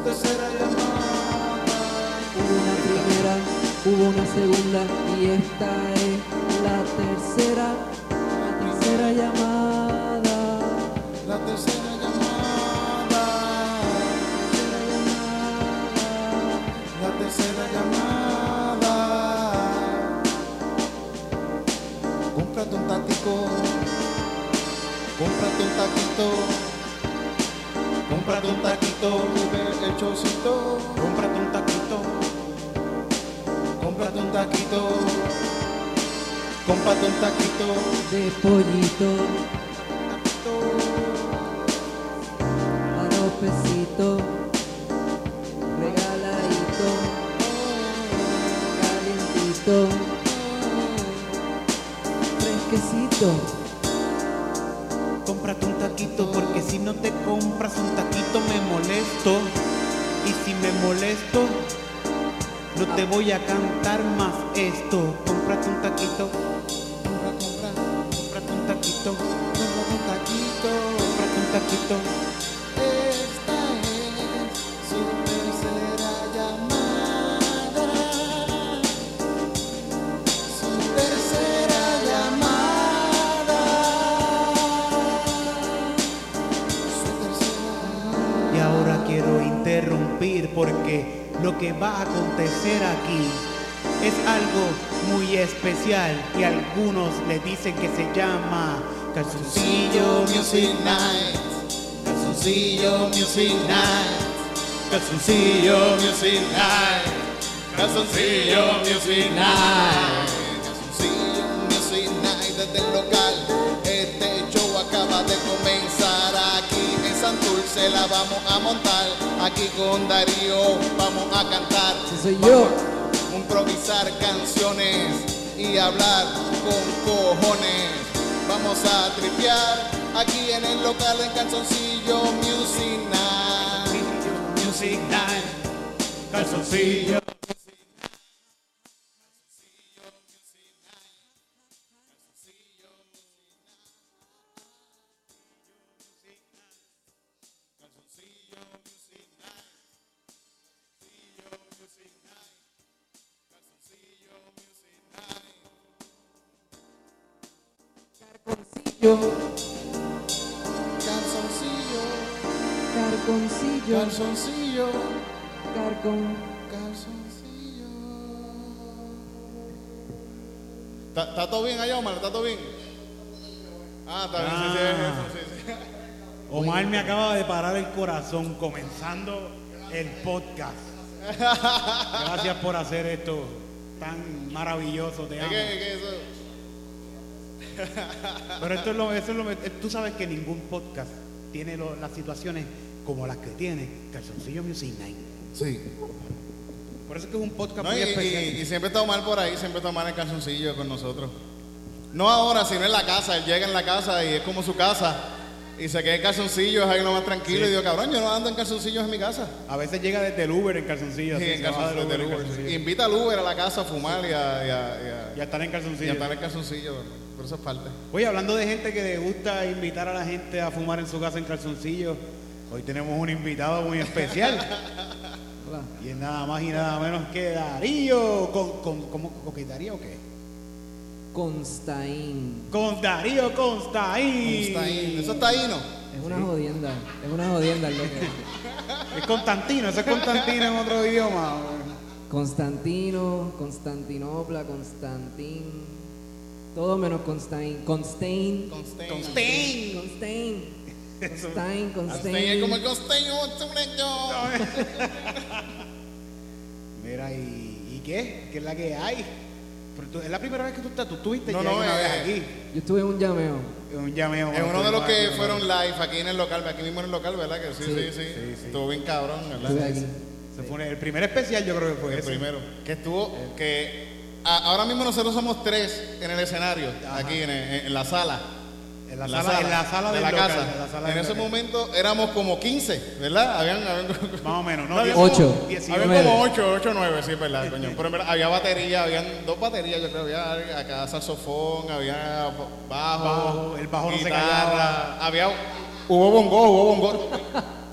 tercera llamada. Hubo una primera, hubo una segunda y esta es la tercera llamada. La tercera llamada. La tercera llamada. Cómprate un taquito. Cómprate un taquito. Cómprate un taquito. Vive el chocito. Cómprate un taquito. Cómprate un taquito. Cómprate un taquito. De pollito, aropecito, regaladito, calientito, fresquecito. Cómprate un taquito, porque si no te compras un taquito me molesto. Y si me molesto, no te voy a cantar más esto. Cómprate un taquito. Cómprate un taquito. Cómprate un taquito. Cómprate un taquito. Esta es su tercera llamada. Su tercera llamada. Su tercera llamada. Y ahora quiero interrumpir porque lo que va a acontecer aquí es algo muy especial y algunos le dicen que se llama Calzoncillo Music Night. Calzoncillo Music Night. Calzoncillo Music Night. Calzoncillo Music Night. Calzoncillo Music Night desde el local. Este show acaba de comenzar aquí en Santurce. La vamos a montar aquí con Darío. Vamos a cantar. Ese soy yo. Improvisar canciones y hablar con cojones. Vamos a tripear aquí en el local en Calzoncillo Music Night. Music Night. Calzoncillo. Carconcillo, Calzoncillo, carconcillo, calzoncillo, carcon. calzoncillo. ¿Está todo bien allá, Omar? ¿Está todo bien? Ah, está bien, sí, sí, sí. Omar me acaba de parar el corazón comenzando el podcast. Gracias por hacer esto tan maravilloso, te amo. ¿Qué eso? Pero tú sabes que ningún podcast tiene las situaciones como las que tiene Calzoncillo Music Night. Sí. Por eso es que es un podcast No, muy especial. y siempre está Omar por ahí, siempre está Omar en Calzoncillo con nosotros. No ahora, sino en la casa. Él llega en la casa y es como su casa. Y se queda en calzoncillos ahí lo más tranquilo. Sí. Y digo, cabrón, yo no ando en calzoncillos en mi casa. A veces llega desde el Uber en calzoncillo. Sí, así, en se baja calzoncillos, del del en Uber. calzoncillo. Invita al Uber a la casa a fumar y a Ya están en y a calzoncillo. estar en calzoncillos. Por eso es parte. Oye, hablando de gente que le gusta invitar a la gente a fumar en su casa en calzoncillo, hoy tenemos un invitado muy especial. Hola. Y es nada más y nada menos que Darío. ¿Cómo que Darío o qué? Constaín. Con Darío Constaín. Constaín. Eso está ahí, ¿no? Es una jodienda el loco. Es Constantino, eso es Constantino en otro idioma. Constantino, Constantinopla, Constantín. Todo menos Constaín. Constaín. Constaín. Constaín. Constaín. Constaín, Constaín es como el costeño. Mira, ¿y qué? ¿Qué es la que hay? Pero es la primera vez que tú estuviste No, ya no, una vez aquí. Yo estuve en un llameo. Un llameo. Es uno de los que aquí, fueron live aquí en el local, aquí mismo en el local, ¿verdad? Que sí, Sí. sí, sí. Estuvo bien cabrón, ¿verdad? Estuve aquí. Se fue el primer especial, yo creo que fue El ese. primero. Que estuvo, ahora mismo nosotros somos 3 en el escenario, Ajá. aquí en la sala. En la sala de del la local, casa. en la sala En del ese local. momento éramos como 15, ¿verdad? Habían Más o menos, ¿no? No, había 8. como- 18. había Nueve. como 8 o 9, sí, ¿verdad, coño? Pero en verdad, había batería, habían 2 baterías, yo creo. Había acá saxofón, había bajo, El bajo no se guitarra, callaba. hubo bongo.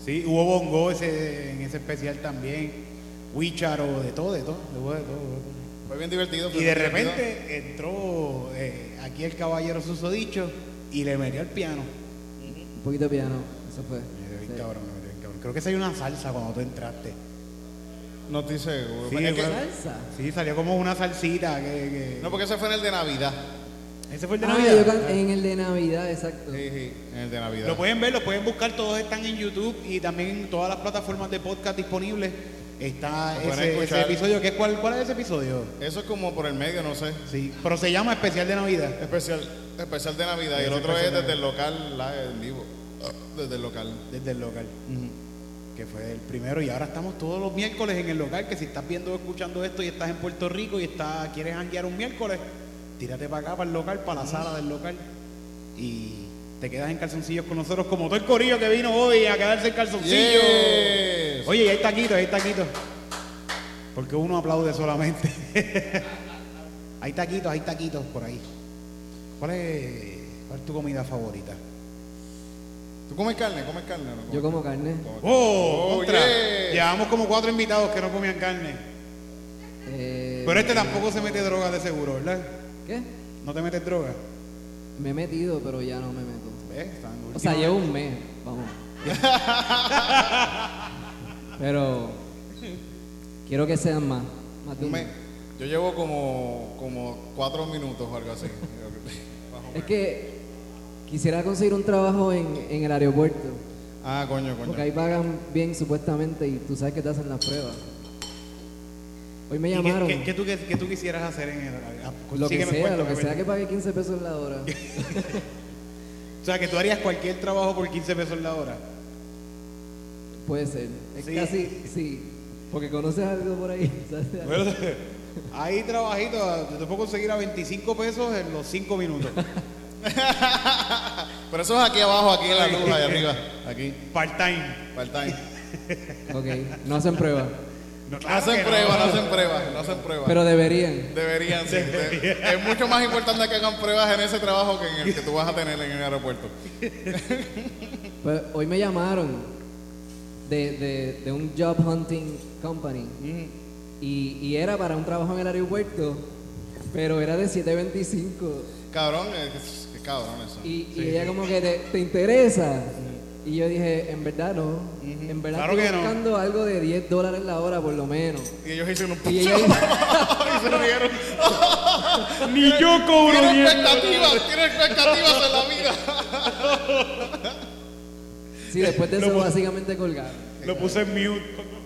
Sí, hubo bongo en ese especial también. Wicharo, de todo. Fue bien divertido. Y de repente entró aquí el caballero susodicho y le metió el piano. Un poquito de piano, eso fue. Me dio bien Sí. cabrón. Creo que salió una salsa cuando tú entraste. No estoy seguro. Sí, Es que- ¿Salsa? Sí, salió como una salsita que... no, porque ese fue en el de Navidad. Ese fue el de Ah, Navidad. en el de Navidad, exacto. Sí, en el de Navidad. Lo pueden ver, lo pueden buscar, todos están en YouTube y también en todas las plataformas de podcast disponibles. Está Lo pueden ese escuchar. episodio. ¿Cuál es ese episodio? Eso es como por el medio, no sé. Sí, pero se llama Especial de Navidad. Especial de Navidad. Y el Ese otro es especial de desde el local, live, en vivo. Desde el local. Desde el local. Que fue el primero y ahora estamos todos los miércoles en el local, que si estás viendo o escuchando esto y estás en Puerto Rico y quieres janguear un miércoles, tírate para acá, para el local, para la sala del local y te quedas en calzoncillos con nosotros como todo el corillo que vino hoy a quedarse en calzoncillos. Yes. Oye, y hay taquitos. Porque uno aplaude solamente. Hay taquitos por ahí. ¿Cuál es tu comida favorita? ¿Tú comes carne? ¿Comes carne o no comes? Yo como carne. ¡Oh! Oh, contra. yeah. Llevamos como 4 invitados que no comían carne. Pero este tampoco se mete droga de seguro, ¿verdad? ¿Qué? ¿No te metes droga? Me he metido, pero ya no me meto. ¿Ves? O sea, llevo un mes, vamos. Pero quiero que sean más de un mes. Yo llevo como 4 minutos o algo así. Es que quisiera conseguir un trabajo en el aeropuerto, Ah, coño. porque ahí pagan bien supuestamente y tú sabes que te hacen las pruebas. Hoy me ¿Y llamaron, qué tú quisieras hacer en el lo que consígueme sea, cuenta, lo que Roberto. sea que pague 15 pesos la hora. O sea, que tú harías cualquier trabajo por 15 pesos la hora. Puede ser. Es Sí. casi, sí. Porque conoces algo por ahí. ¿sabes? Bueno, hay trabajitos, te puedo conseguir a 25 pesos en los 5 minutos. Pero eso es aquí abajo, aquí en la luz, allá arriba. Aquí, Part-time. part-time. Ok, no hacen pruebas. No, No hacen pruebas, no hacen pruebas. Pero deberían. Deberían, sí. Es mucho más importante que hagan pruebas en ese trabajo que en el que tú vas a tener en el aeropuerto. Pues hoy me llamaron de un job hunting company y era para un trabajo en el aeropuerto, pero era de 7.25 Cabrón, qué cabrón eso. y ella como que te interesa y yo dije, en verdad no, en verdad Claro estoy que no. buscando algo de $10 la hora por lo menos. Y ellos hicieron un Y ella, y se rieron. Ni yo cobro Tiene mierda. expectativas en la vida. sí, después de eso básicamente colgaron. Lo puse en mute.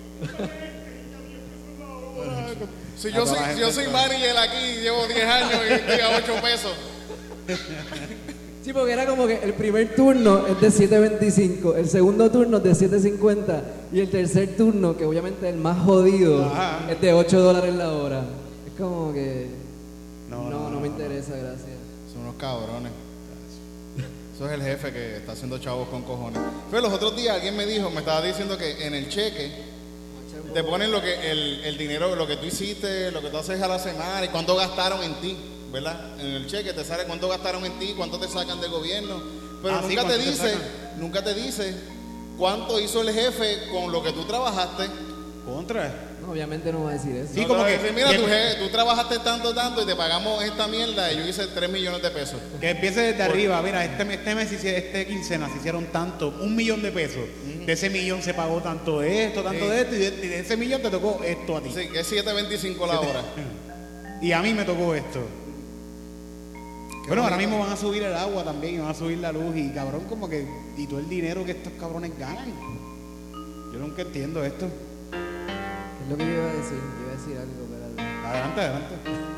Si yo soy manager aquí, llevo 10 años y estoy a 8 pesos. Sí, porque era como que el primer turno es de 7.25, el segundo turno es de 7.50 y el tercer turno, que obviamente es el más jodido, Ajá. es de $8 la hora. Es como que No, no me interesa, gracias. Son unos cabrones. Eso es el jefe que está haciendo chavos con cojones. Pero los otros días alguien me estaba diciendo que en el cheque te ponen lo que el dinero, lo que tú hiciste, lo que tú haces a la semana y cuánto gastaron en ti, ¿verdad? En el cheque te sale cuánto gastaron en ti, cuánto te sacan del gobierno, pero Ah, sí, nunca ¿cuánto te dice cuánto hizo el jefe con lo que tú trabajaste. Contra. No, obviamente no va a decir eso. Sí, No, como te va a que- decir, mira, que- tú trabajaste tanto y te pagamos esta mierda y yo hice 3 millones de pesos. Que empiece desde arriba. Mira, este mes, este quincena se hicieron tanto, 1 millón de pesos. De ese millón se pagó tanto de esto, tanto Sí. de esto, y de ese millón te tocó esto a ti. Sí, que es 7.25 la hora. Y a mí me tocó esto. Bueno, ahora mismo van a subir el agua también, y van a subir la luz, y cabrón, como que, y todo el dinero que estos cabrones ganan. Yo nunca entiendo esto. Es lo que yo iba a decir. Yo iba a decir algo, pero Adelante.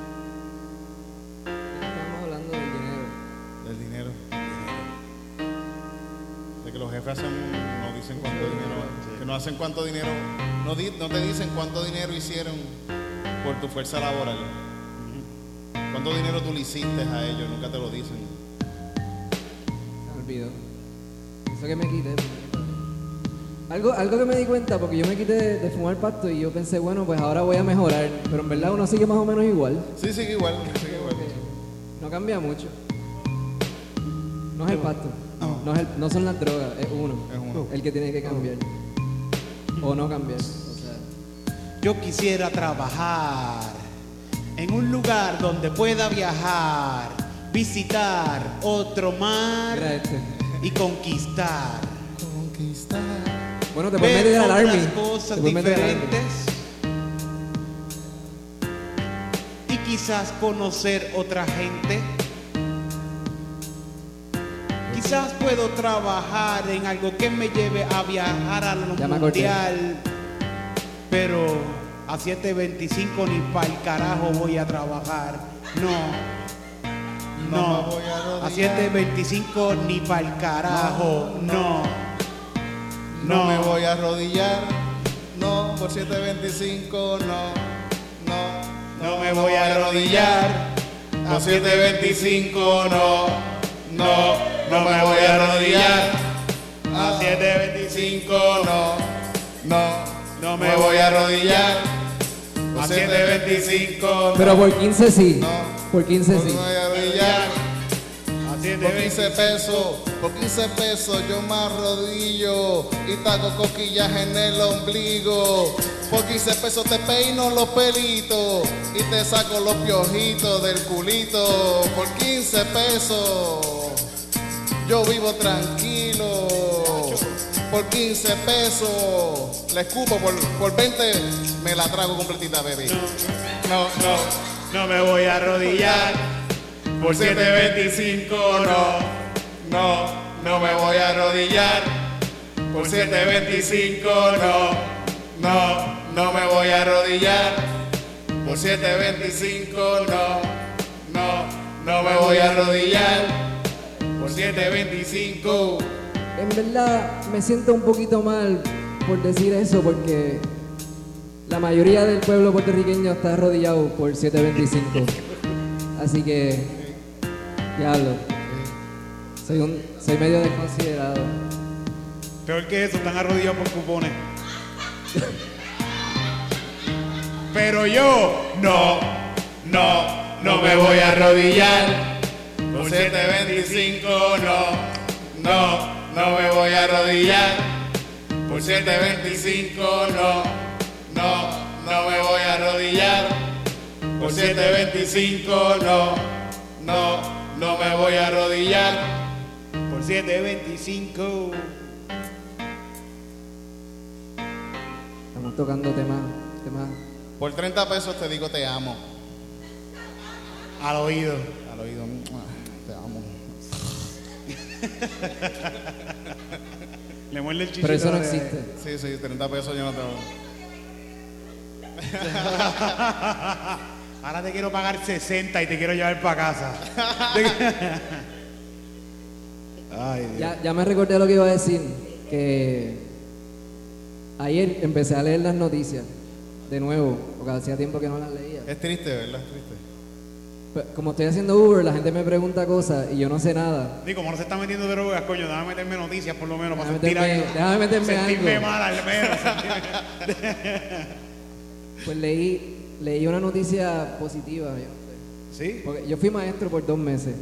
estamos hablando del dinero. Del dinero. De que los jefes no dicen cuánto dinero, que no hacen cuánto dinero, no te dicen cuánto dinero hicieron por tu fuerza laboral. Cuánto dinero tú le hiciste a ellos, nunca te lo dicen. Se me olvidó. Eso que me quité. Algo que me di cuenta, porque yo me quité de fumar pasto y yo pensé, bueno, pues ahora voy a mejorar. Pero en verdad uno sigue más o menos igual. Sí, sigue igual, sigue igual. No cambia mucho. No es el pasto. No son las drogas, es uno. Es uno. El que tiene que cambiar. O no cambiar. O sea, Yo quisiera trabajar en un lugar donde pueda viajar, visitar otro mar mira este. y conquistar. Conquistar. Bueno, te puedes Ver meter al otras Army. Te cosas puedes meter al Army. diferentes y quizás conocer otra gente. Quizás puedo trabajar en algo que me lleve a viajar al Ya me acordé. mundial, pero a 7.25 ni pa'l carajo voy a trabajar. No No, me voy a a arrodillar. 7.25 ni pa'l carajo. No, No me voy a arrodillar. No, por 725, no me voy a arrodillar. Por 725, no me voy a arrodillar. A 725, no me voy a arrodillar. Por 725, Pero por 15 sí. No. Por 15 no sí. me voy a arrodillar. a Por 15 7.25. pesos, por 15 pesos yo me arrodillo y te hago cosquillas en el ombligo. Por 15 pesos te peino los pelitos y te saco los piojitos del culito. Por 15 pesos yo vivo tranquilo. Por 15 pesos le escupo, por 20 me la trago completita, baby. No me voy a arrodillar. Por 725 no me voy a arrodillar. Por 725 no me voy a arrodillar. Por 725 no me voy a arrodillar. Por 725 En verdad me siento un poquito mal por decir eso porque la mayoría del pueblo puertorriqueño está arrodillado por 725. Así que, diablo, soy medio desconsiderado. Peor que eso, están arrodillados por cupones. Pero yo no me voy a arrodillar. Por 725 no me voy a arrodillar. Por 725 no me voy a arrodillar. Por 725 no me voy a arrodillar. por 7.25. Estamos tocando temas. Por 30 pesos te digo te amo. Al oído. Al oído, te amo. Le muerde el chichito. Pero eso no de- existe. Sí, 30 pesos yo no tengo. Ahora te quiero pagar 60 y te quiero llevar para casa. Ay, Dios. Ya me recordé lo que iba a decir, que ayer empecé a leer las noticias de nuevo, porque hacía tiempo que no las leía. Es triste, ¿verdad? Es triste. Pues, como estoy haciendo Uber, la gente me pregunta cosas y yo no sé nada. Digo, como no se está metiendo drogas, coño, déjame meterme noticias por lo menos para Déjame meterme sentirme algo. mal al menos. Pues leí una noticia positiva, yo no sé. ¿Sí? Porque yo fui maestro por 2 meses.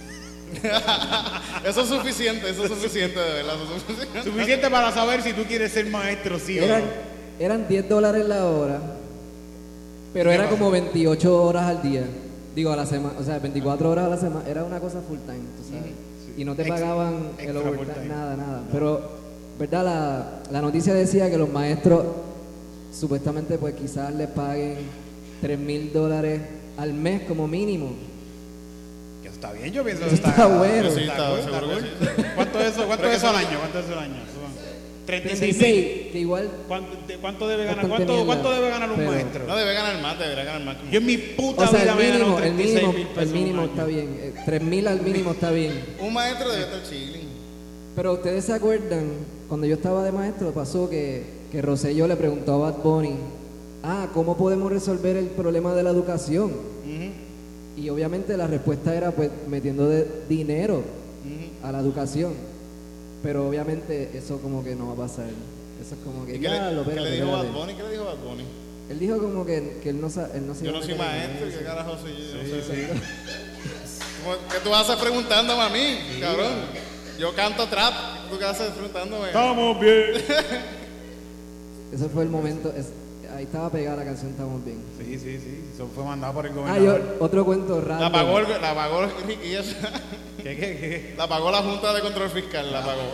Eso es suficiente, de verdad. Eso es suficiente. Suficiente para saber si tú quieres ser maestro, sí o no. Eran $10 la hora, pero ¿Qué era pasa? como 28 horas al día. Digo, a la semana, o sea, 24 horas a la semana. Era una cosa full time, tú sabes. Y no te pagaban el extra full overtime, time. nada. Pero, ¿verdad? La noticia decía que los maestros supuestamente pues quizás les paguen $3,000 al mes como mínimo. Que eso está bien, yo pienso Eso está bueno. Sí, está está, cool, seguro está que cool. sí. ¿Cuánto es eso? ¿Cuánto Pero es eso que al eso- año? ¿Cuánto es eso al año? Son 36, 36.000. que igual ¿Cuánto debe ganar? Bastante ¿Cuánto mierda, debe ganar un pero- maestro? No debe ganar más, debería ganar más. Yo en mi puta o sea, vida me he ganado el 36.000 mínimo pesos un año. está bien. 3,000 al mínimo está bien. Un maestro debe estar chilling. Pero ustedes se acuerdan, cuando yo estaba de maestro, pasó que Rosselló le preguntó a Bad Bunny, ¿cómo podemos resolver el problema de la educación? Y obviamente la respuesta era pues metiendo dinero a la educación. Pero obviamente eso como que no va a pasar. Eso es como que ¿Y qué ya le, lo qué le espérate, dijo Bad espérate. Bunny? ¿Qué le dijo Bad Bunny? Él dijo como que él no se Yo iba a no soy meter en maestro, eso. ¿qué carajo soy yo? No sé. ¿Qué tú haces preguntándome a mí, cabrón? Yo canto trap, ¿tú qué haces preguntándome? Estamos bien. Ese fue el momento. Ahí estaba pegada la canción, estamos bien. Sí. Eso fue mandado por el Ah, gobernador. otro cuento raro. La pagó Ricky esa. ¿Qué? La pagó la Junta de Control Fiscal, la pagó.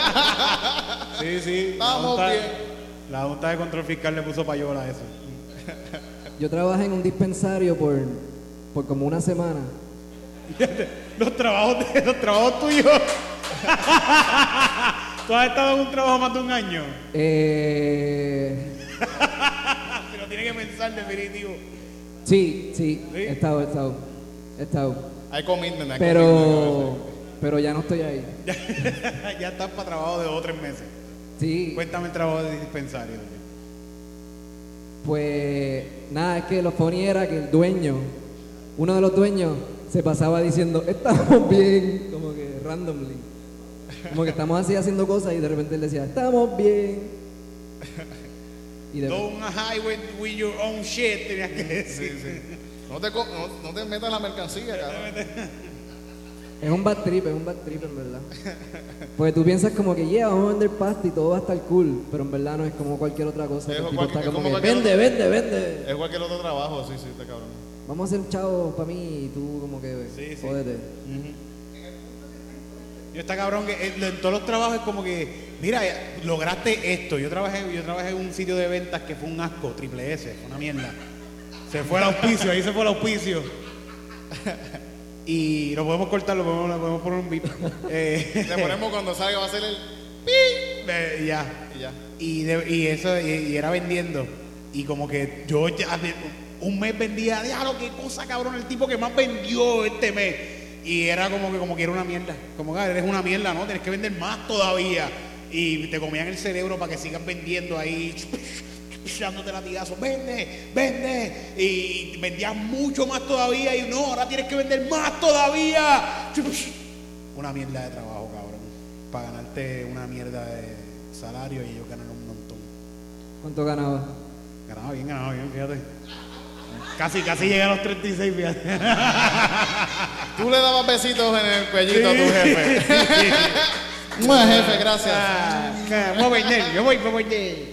Sí. Estamos bien. La Junta de Control Fiscal le puso payola a eso. Yo trabajé en un dispensario por como una semana. Los trabajos tuyos. ¿Tú has estado en un trabajo más de un año? Pero tiene que pensar definitivo. Sí, he estado. Hay commitment, Pero ya no estoy ahí. Ya estás para trabajo de 2 o 3 meses. Sí. Cuéntame el trabajo de dispensario. Pues nada, es que lo funny era que uno de los dueños, se pasaba diciendo, estamos bien, como que randomly. Como que estamos así haciendo cosas y de repente él decía, estamos bien. Y Don't highway with your own shit, tenías que decir. Sí. No te metas en la mercancía, cabrón. Es un bad trip, en verdad. Porque tú piensas como que, vamos a vender pasta y todo va a estar cool, pero en verdad no es como cualquier otra cosa. El tipo está como que, vende. Es cualquier otro trabajo, sí, está cabrón. Vamos a hacer chavos para mí y tú como que, jódete. Yo está cabrón que en todos los trabajos es como que, mira, lograste esto. Yo trabajé en un sitio de ventas que fue un asco, triple S, una mierda. Se fue el auspicio. Y lo podemos cortar, lo podemos poner un beat. Le ponemos cuando salga, va a ser el y ya. Y era vendiendo. Y como que yo ya un mes vendía, diablo, qué cosa cabrón, el tipo que más vendió este mes. Y era como que era una mierda. Como que eres una mierda, ¿no? Tienes que vender más todavía. Y te comían el cerebro para que sigas vendiendo ahí, dándote latigazos. Vende. Y vendías mucho más todavía. Y no, ahora tienes que vender más todavía. Una mierda de trabajo, cabrón. Para ganarte una mierda de salario y ellos ganan un montón. ¿Cuánto ganaba? Ganaba bien, fíjate. Casi llegué a los 36, fíjate. Tú le dabas besitos en el cuellito a tu jefe. Bueno, jefe, gracias. Yo voy a vender.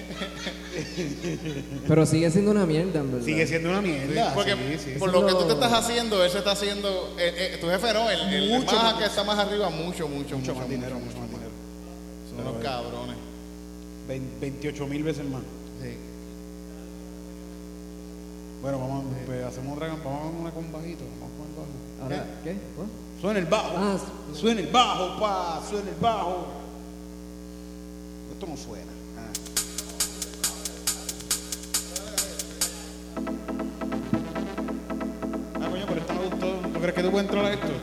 Pero sigue siendo una mierda, en verdad. Sigue siendo una mierda. Porque por lo que tú te estás haciendo, él se está haciendo. Tu jefe no, el más que está más arriba, mucho más dinero. Son unos cabrones. 28,000 veces más. Sí. Bueno, hacemos otra vamos una con bajito. Vamos con el bajo. ¿Ahora qué? Suena el bajo. Suena el bajo, suena el bajo. Esto no suena. Coño, pero esto me gustó. ¿Tú crees que tú puedes entrar a esto?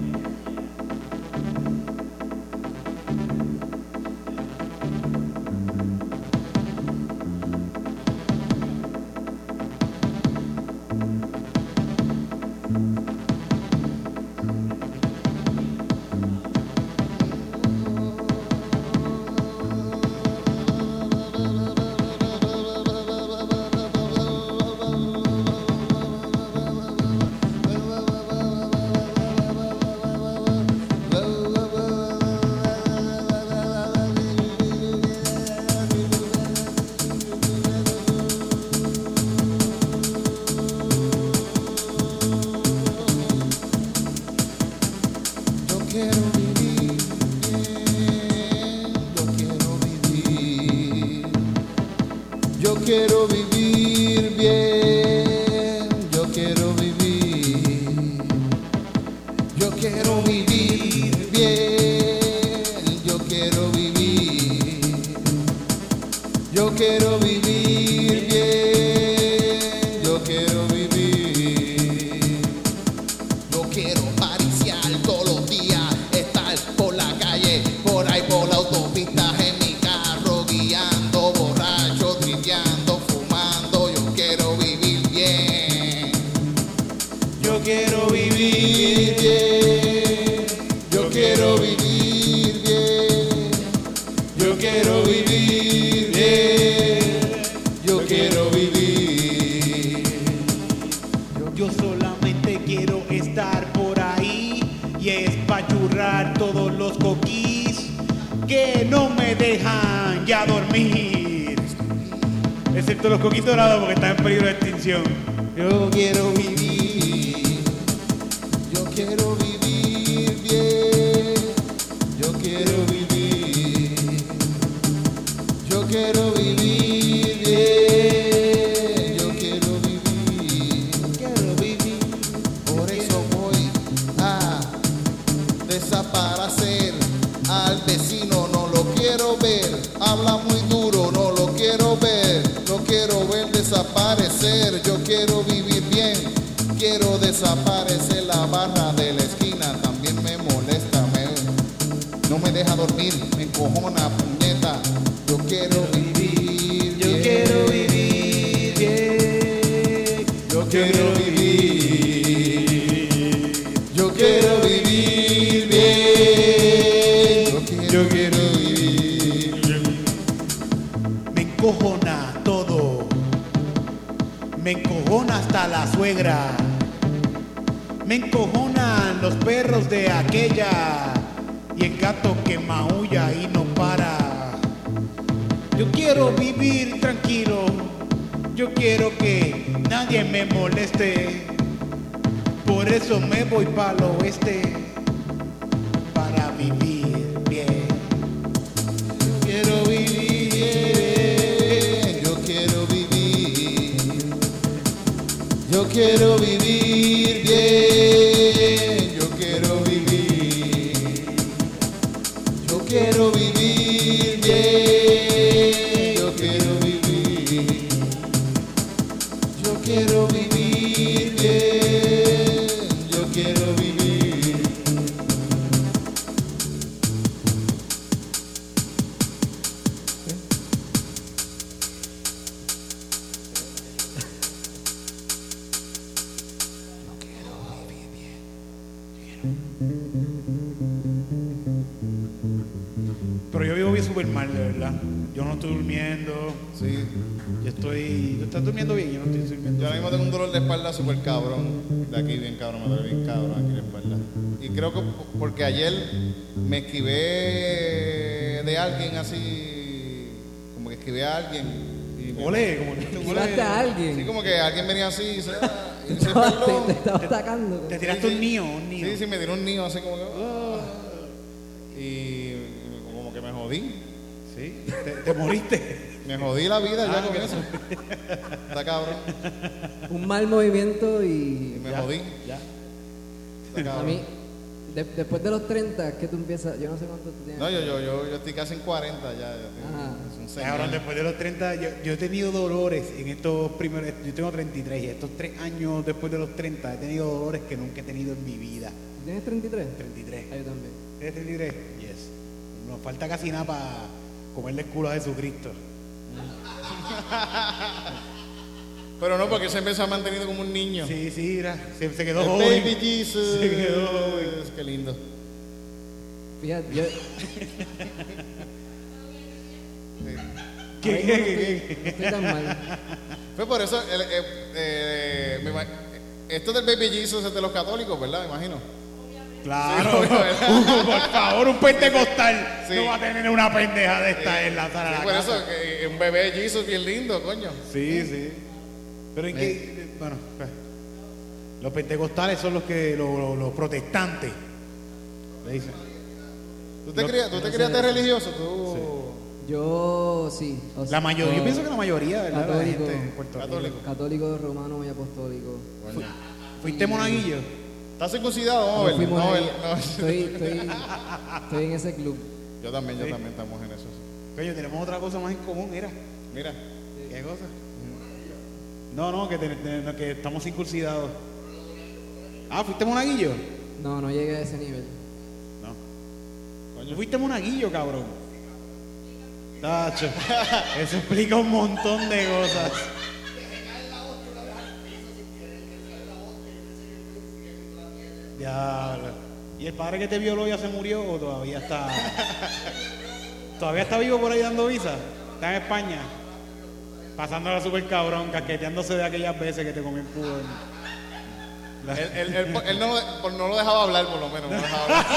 Yo quiero vivir bien, yo quiero vivir. Yo quiero vivir bien, yo quiero vivir. Yo quiero vivir bien, yo quiero vivir. Yo quiero pariciar todos los días, estar por la calle, por ahí por la autopista, en mi carro guiando, borracho, tripeando, fumando. Yo quiero vivir bien. Yo quiero vivir bien. Yo quiero vivir bien. Yo quiero vivir bien. Yo quiero vivir. Yo solamente quiero estar por ahí y es pa' churrar todos los coquís que no me dejan ya dormir. Excepto los coquis dorados porque están en peligro de extinción. Yo quiero vivir, yo quiero vivir bien, yo quiero vivir, yo quiero vivir bien, yo quiero vivir, por eso voy a desaparecer al vecino, no lo quiero ver, habla muy duro, no lo quiero ver, lo quiero ver desaparecer, yo quiero vivir bien, quiero desaparecer la barra de la esquina, también me molesta, no me deja dormir, me encojona, puñeta, yo quiero vivir Yo bien, quiero vivir bien. yo quiero vivir, yo quiero vivir bien, yo quiero vivir. Me encojona todo. Me encojona hasta la suegra. Me encojonan los perros de aquella y el gato que maulla y no para. Yo quiero vivir tranquilo. Yo quiero que nadie me moleste. Por eso me voy para el oeste para vivir bien. Yo quiero vivir bien, yo quiero vivir, yo quiero vivir bien, yo quiero vivir, yo quiero vivir bien, yo quiero vivir, yo quiero vivir bien, yo quiero vivir. Pero yo vivo bien súper mal, de verdad. Yo no estoy durmiendo. Sí. Yo estoy. ¿Tú estás durmiendo bien? Yo no estoy durmiendo. Yo ahora mismo tengo un dolor de espalda súper cabrón. De aquí bien cabrón, me duele bien cabrón aquí la espalda. Y creo que porque ayer me esquivé de alguien así, como que esquivé a alguien. Y me- Ole, como que te Tiraste a alguien. Sí, como que alguien venía así y se te, perdón. te estaba atacando. Te tiraste un niño, un niño. Sí, sí, me tiró un niño así como que. Y como que me jodí. Sí, te moriste. Me jodí la vida ya con ok. eso. Está cabrón. Un mal movimiento Y y me Ya, jodí. Ya. Está a cabrón. mí, después de los 30, que tú empiezas, yo no sé cuánto tú tienes. No, yo estoy casi en 40 ya. Ah. Es un señor. Cabrón, después de los 30, yo he tenido dolores en estos primeros. Yo tengo 33 y estos 3 años después de los 30 he tenido dolores que nunca he tenido en mi vida. ¿Tú ¿Tienes 33? 33. Ah, yo también. ¿Tienes 33? Yes. Nos falta casi nada para comerle el culo a Jesucristo. Pero no, porque siempre se ha mantenido como un niño. Sí, sí, mira, se quedó El joven. Baby Jesus. Se quedó joven. Qué lindo. Fíjate, yo ¿Qué, ahora qué, mismo qué, no estoy tan mal. Fue por eso, esto del Baby Jesus es de los católicos, ¿verdad? Me imagino. Claro, Sí, por favor, un pentecostal Sí. no va a tener una pendeja de esta en la sala de Sí, la por casa. eso, que un bebé Jesus bien lindo, coño. Sí, sí. Pero en qué, bueno, pues, los pentecostales son los protestantes. Le dicen. ¿Tú te Yo- criaste religioso? ¿Tú? Yo sí. O sea, La mayoría, yo pienso que la mayoría, ¿verdad? La Católico. gente en Puerto Rico. Católico. Católico, romano y apostólico. Coño. ¿Fuiste monaguillo? ¿Estás circuncidado? Vamos a ver. Fuimos Vamos a ahí. ver. No. Estoy en ese club. Yo también Sí. estamos en eso. Sí. Coño, tenemos otra cosa más en común, mira. Mira, ¿Qué cosa? No, que estamos circuncidados. Ah, ¿fuiste monaguillo? No, no llegué a ese nivel. No. coño. Fuiste monaguillo, cabrón. Tacho, eso explica un montón de cosas. Diablo. ¿Y el padre que te violó ya se murió o todavía está? ¿Todavía está vivo por ahí dando visa? ¿Está en España? Pasándola súper cabrón, casqueteándose de aquellas veces que te comió el culo. Él no lo dejaba hablar, por lo menos. No lo dejaba hablar.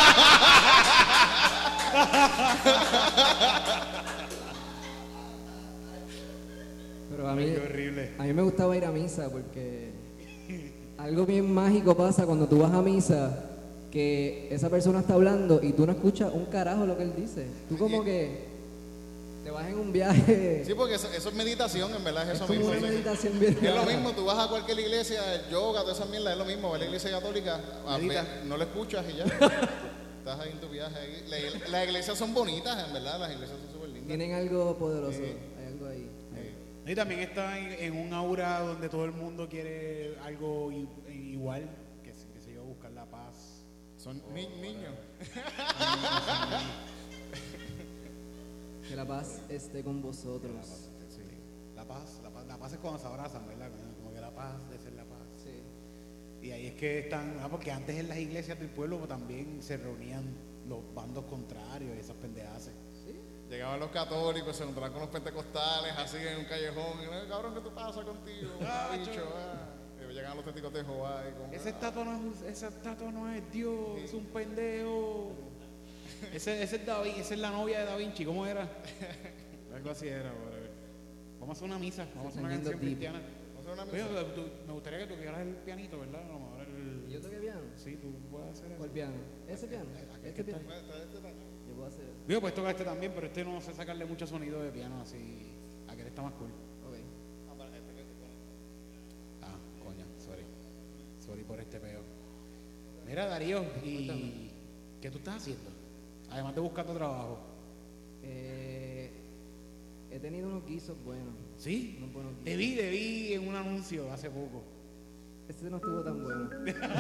Pero a mí, Qué horrible. a mí me gustaba ir a misa porque algo bien mágico pasa cuando tú vas a misa, que esa persona está hablando y tú no escuchas un carajo lo que él dice. Tú como que te vas en un viaje. Sí, porque eso es meditación, en verdad, es eso como mismo. una Sí. meditación bien Es lo rara. mismo, tú vas a cualquier iglesia, yoga, toda esa mierda, es lo mismo, vas a la iglesia católica, Medita. no lo escuchas y ya. Estás ahí en tu viaje. Ahí. Las iglesias son bonitas, en verdad, las iglesias son súper lindas. Tienen algo poderoso, hay algo ahí. Y también está en un aura donde todo el mundo quiere algo igual, que se yo, buscar la paz. Son niños. Que la paz esté con vosotros. Sí. La paz es cuando se abrazan, ¿verdad? Como que la paz de ser la paz. Sí. Y ahí es que están, porque antes en las iglesias del pueblo también se reunían los bandos contrarios y esas pendejadas. Llegaban los católicos, se encontraban con los pentecostales, así en un callejón. Y, cabrón, ¿qué te pasa contigo? Bicho, Y llegaban los testigos de Jehová. Y como, Esa estatua no es Dios, es un pendejo. Ese es David, esa es la novia de Da Vinci, ¿cómo era? Algo así era, whatever. Vamos a hacer una misa, vamos a hacer una Yendo canción deep. cristiana. ¿Vamos a hacer una Oye, misa? me gustaría que tú quieras el pianito, ¿verdad? A lo mejor ¿Y yo toqué piano? Sí, tú puedes hacer eso. ¿Cuál piano? ¿Ese piano? ¿Este piano? Este Yo puedo hacer eso. Digo, pues tocar este también, pero este no sé sacarle mucho sonido de piano así. Aquel está más cool. Ok. Ah, coño, sorry por este peo. Mira, Darío, ¿y qué tú estás haciendo? Además de buscando trabajo. He tenido unos guisos buenos. ¿Sí? Unos buenos guisos. Te vi en un anuncio hace poco. Este no estuvo tan bueno.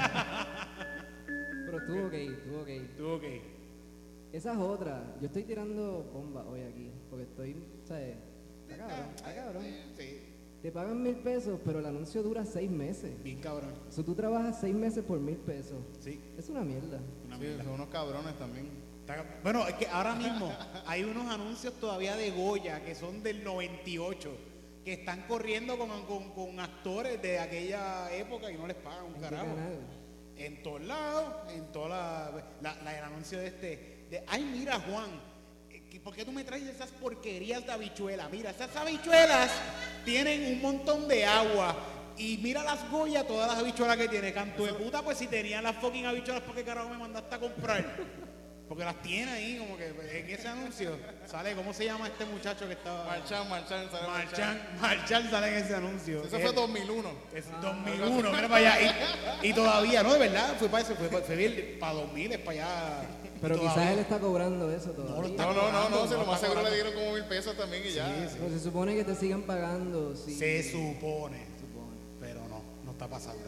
Pero estuvo ok, estuvo ok. ¿Tú ok? Esa es otra. Yo estoy tirando bombas hoy aquí. Porque estoy, ¿sabes? Está cabrón. Sí. Te pagan 1,000 pesos, pero el anuncio dura 6 meses. Bien cabrón. O sea, tú trabajas 6 meses por 1,000 pesos. Sí, Es una mierda. una Sí, mierda. son unos cabrones también. Bueno, es que ahora mismo hay unos anuncios todavía de Goya que son del 98 que están corriendo con actores de aquella época y no les pagan un ¿En qué carajo. canal? En todos lados, en toda el anuncio de ay mira Juan, ¿por qué tú me traes esas porquerías de habichuelas? Mira, esas habichuelas tienen un montón de agua. Y mira las Goya, todas las habichuelas que tiene. Canto de puta, pues si tenían las fucking habichuelas, ¿por qué carajo me mandaste a comprar? Porque las tiene ahí, como que en ese anuncio sale, ¿cómo se llama este muchacho que estaba? Marchán, sale Marchán sale en ese anuncio. Eso fue 2001. Es 2001, mira para allá. Y todavía, no, de verdad, fue para eso, fue bien, para 2000, es para allá. Pero Y quizás todavía- él está cobrando eso lo todavía. está No, cobrando, se lo no más está seguro le cobrando. dieron como 1,000 pesos también y ya. Sí, Pero se supone que te sigan pagando. Sí. Se supone, supone. pero no está pasando.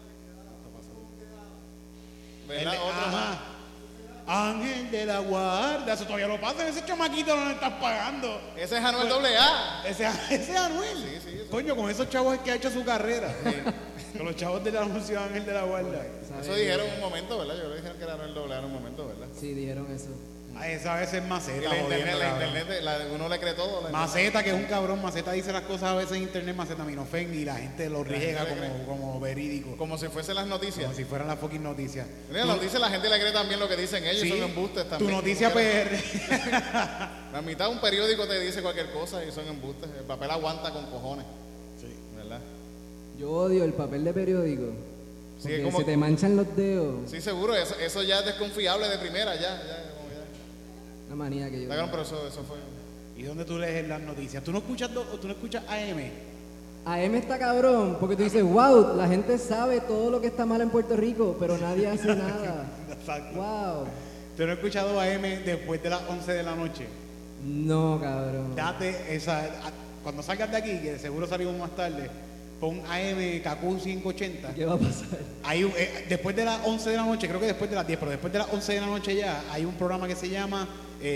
¿Verdad? Otro más. Ajá. Ángel de la guarda, eso todavía lo pasa, ese chamaquito no le están pagando. Ese es Anuel AA. Ese es Anuel. Sí, eso. Coño, con esos chavos es que ha hecho su carrera. Con los chavos del anuncio Ángel de la guarda. ¿Sabes? Eso dijeron en un momento, ¿verdad? Yo creo que dijeron que era Anuel AA en un momento, ¿verdad? Sí, dijeron eso. A esa vez es Y Maceta. la jodiendo, internet, cabrón. uno le cree todo. Maceta, que es un cabrón, Maceta dice las cosas a veces en internet, Maceta minofén, y la gente lo riega gente le como verídico. Como si fuesen las noticias. Como si fueran las fucking noticias. Mira, las noticias la gente le cree también lo que dicen ellos, Sí, son embustes también. tu noticia Como que PR. La mitad de un periódico te dice cualquier cosa y son embustes. El papel aguanta con cojones. Sí. ¿Verdad? Yo odio el papel de periódico. Sí, Porque como- se te manchan los dedos. Sí, seguro, eso ya es desconfiable de primera, ya. Una manía que yo. Está claro, pero eso fue. ¿Y dónde tú lees las noticias? ¿Tú no escuchas AM? AM está cabrón, porque tú dices, wow, la gente sabe todo lo que está mal en Puerto Rico, pero nadie hace nada. Exacto. Wow. ¿Tú no has escuchado AM después de las 11 de la noche? No, cabrón. Date esa. Cuando salgas de aquí, que seguro salimos más tarde, pon AM KQ 580. ¿Qué va a pasar? Hay después de las 11 de la noche, creo que después de las 10, pero después de las 11 de la noche ya, hay un programa que se llama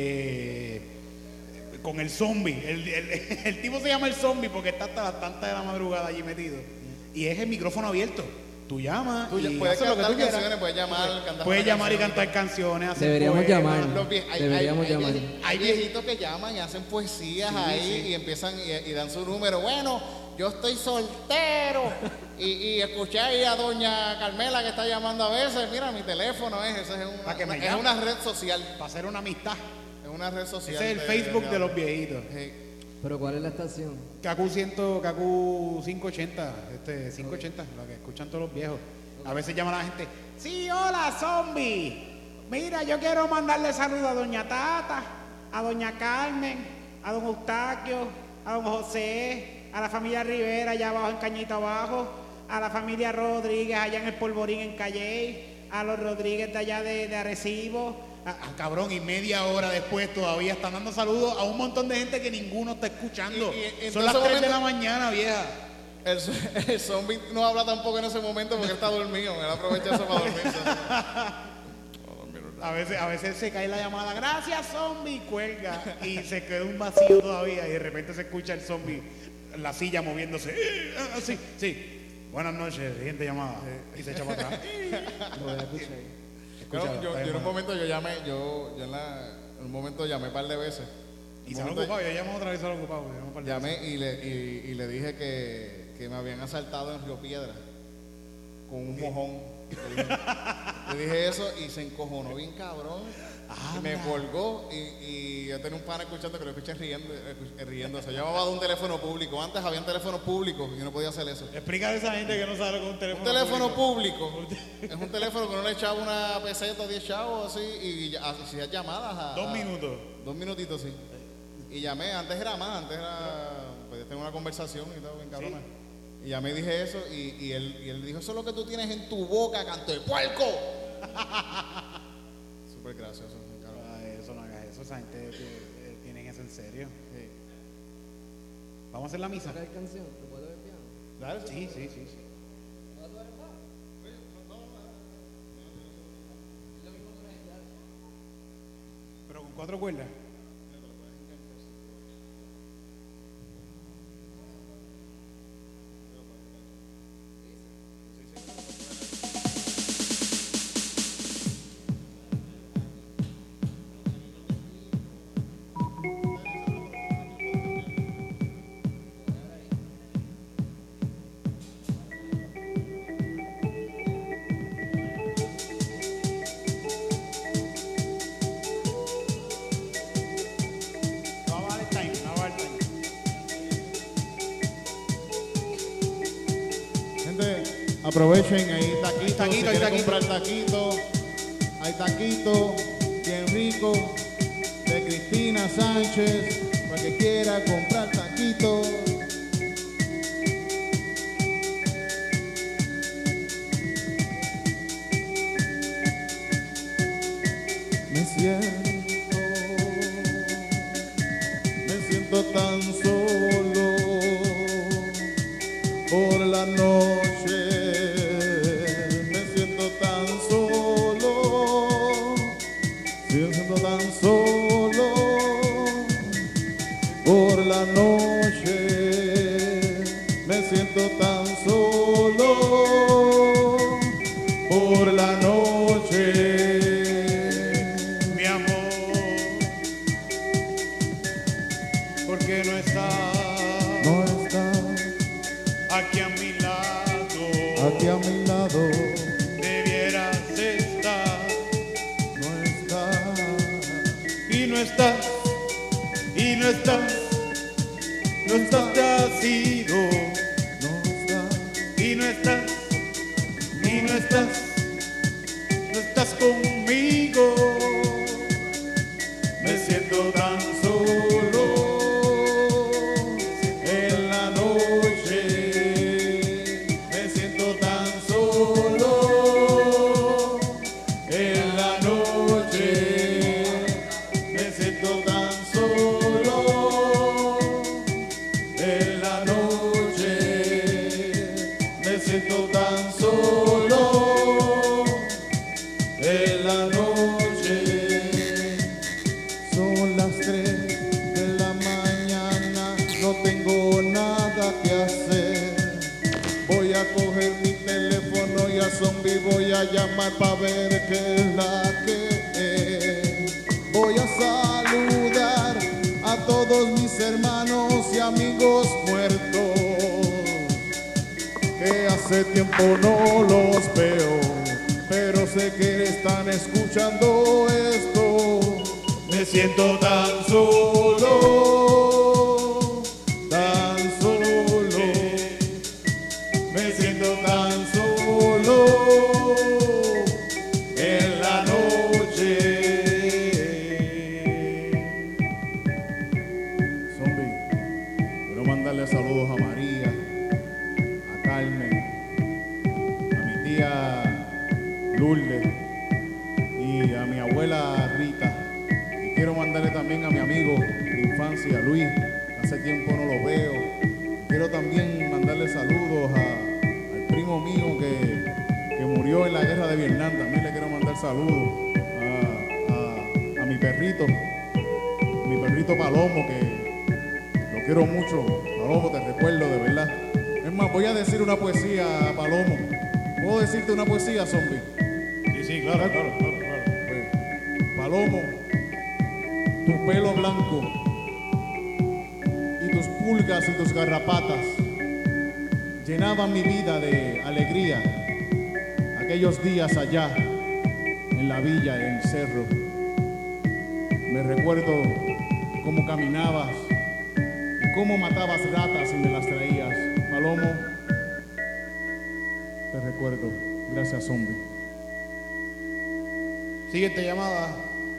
con el zombie. El tipo se llama el zombie porque está hasta las tantas de la madrugada allí metido. Y es el micrófono abierto. Tú llamas Tú y puedes haces lo que cantar tú quieras. canciones, puedes llamar, cantar Puedes una llamar y canción. cantar canciones, hacer Deberíamos poemas. llamar. Deberíamos llamar. Hay viejitos que llaman y hacen poesías Sí, ahí sí. y empiezan y dan su número. Bueno, yo estoy soltero. Y escuché ahí a doña Carmela que está llamando a veces. Mira, mi teléfono es una red social. Para hacer una amistad. Es una red social. Ese es el Facebook de los viejitos. Sí. ¿Pero cuál es la estación? Kaku 580, 580, lo que escuchan todos los viejos. A veces llama la gente, sí, hola, zombie. Mira, yo quiero mandarle saludos a doña Tata, a doña Carmen, a don Eustaquio, a don José, a la familia Rivera allá abajo en Cañito Abajo, a la familia Rodríguez allá en el Polvorín en Calley, a los Rodríguez de allá de Arecibo. Cabrón, y media hora después todavía están dando saludos a un montón de gente que ninguno está escuchando. Son las 3 de la mañana, vieja. El zombie no habla tampoco en ese momento porque está dormido. Él aprovecha eso para dormirse. A veces se cae la llamada, gracias zombie, cuelga y se queda un vacío todavía y de repente se escucha el zombie, la silla moviéndose. Sí. Buenas noches, siguiente llamada. Y se echa para atrás. Lo voy a escuchar. Yo en un momento llamé un par de veces. Y se han ocupado, yo llamo otra vez a los ocupados. Llamé y le dije que me habían asaltado en Río Piedra con un mojón. Le dije eso y se encojonó bien cabrón. Y me colgó y yo tenía un pana escuchando que lo escuché riendo. Se llamaba de un teléfono público. Antes habían teléfonos públicos y yo no podía hacer eso. Explica a esa gente que no sabe lo que es un teléfono público. Un teléfono público es un teléfono que no le echaba una peseta o 10 chavos así y hacía llamadas a... 2 minutos. 2 minutitos, sí. Y llamé, antes era, pues yo tengo una conversación y todo bien cabrona. Sí. Y llamé y dije eso y él dijo, eso es lo que tú tienes en tu boca, canto de puerco. Súper gracioso. Eso no hagas eso, esa gente tienen eso en serio. Sí. Vamos a hacer la misa. ¿Saca la canción? ¿Te puedo ver piano? Claro, sí. Pero con 4 cuerdas. Aprovechen, hay taquitos, si quieren comprar taquitos, hay taquitos bien ricos de Cristina Sánchez, para que quiera comprar taquitos. Me siento tan solo por la noche. Por la noche me siento tan solo, por la noche, mi amor, porque no está aquí a mi lado, debieras estar, no estás, te has ido, y no estás conmigo, me siento tan solo en la noche, me siento tan solo en la noche, me siento tan solo en la noche, me siento tan solo en la noche. Son las 3 de la mañana, no tengo nada que hacer. Voy a coger mi teléfono y a Zombie voy a llamar para ver qué es la que es. Voy a saludar a todos mis hermanos y amigos muertos que Hace tiempo no los veo, pero sé que están escuchando esto. Me siento tan solo, tan solo. Me siento tan solo en la noche. Zombie, quiero mandarle saludos a María, a Carmen, a mi tía Lourdes y a mi abuela Rita. Y quiero mandarle también a mi amigo de infancia, Luis, hace tiempo no lo veo. Quiero también mandarle saludos al primo mío que murió en la guerra de Vietnam. También le quiero mandar saludos a mi perrito Palomo, que lo quiero mucho. Palomo, te recuerdo de verdad. Es más, voy a decir una poesía a Palomo. ¿Puedo decirte una poesía, Zombie? Sí, claro. Pues, Palomo, tu pelo blanco y tus pulgas y tus garrapatas llenaban mi vida de alegría aquellos días allá en la villa, en el cerro. Me recuerdo cómo caminabas y cómo matabas ratas y me las traías. Palomo, te recuerdo. Gracias, Zombie. Siguiente llamada.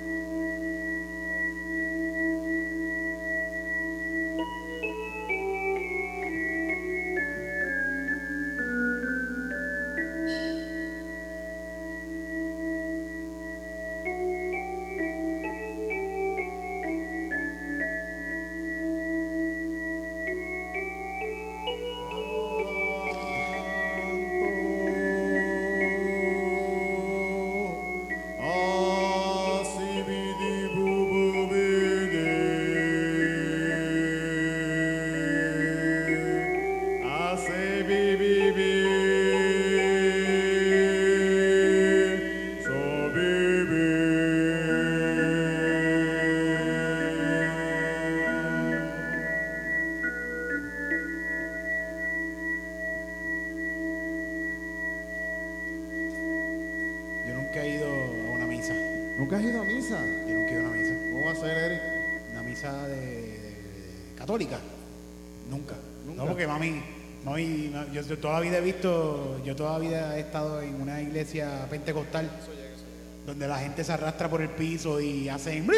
Yo nunca he ido a una misa. ¿Nunca has ido a misa? Yo nunca he ido a una misa. ¿Cómo va a ser, Eric? Una misa de católica. Nunca. ¿Nunca? No, porque mami, yo toda la vida he visto, yo toda la vida he estado en una iglesia pentecostal donde la gente se arrastra por el piso y hacen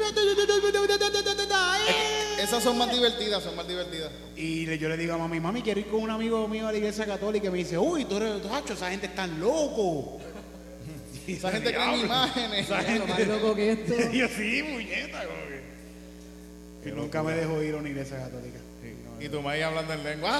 Esas son más divertidas, y yo le digo a mami, quiero ir con un amigo mío a la iglesia católica y me dice, uy, tú eres tacho, esa gente está loco. Esa gente cree en imágenes. Esa Lo gente- más loco que esto. Y yo sí, muñeca, como que nunca me dejó ir a una iglesia católica. Sí, no, Y tu maíz hablando en lengua.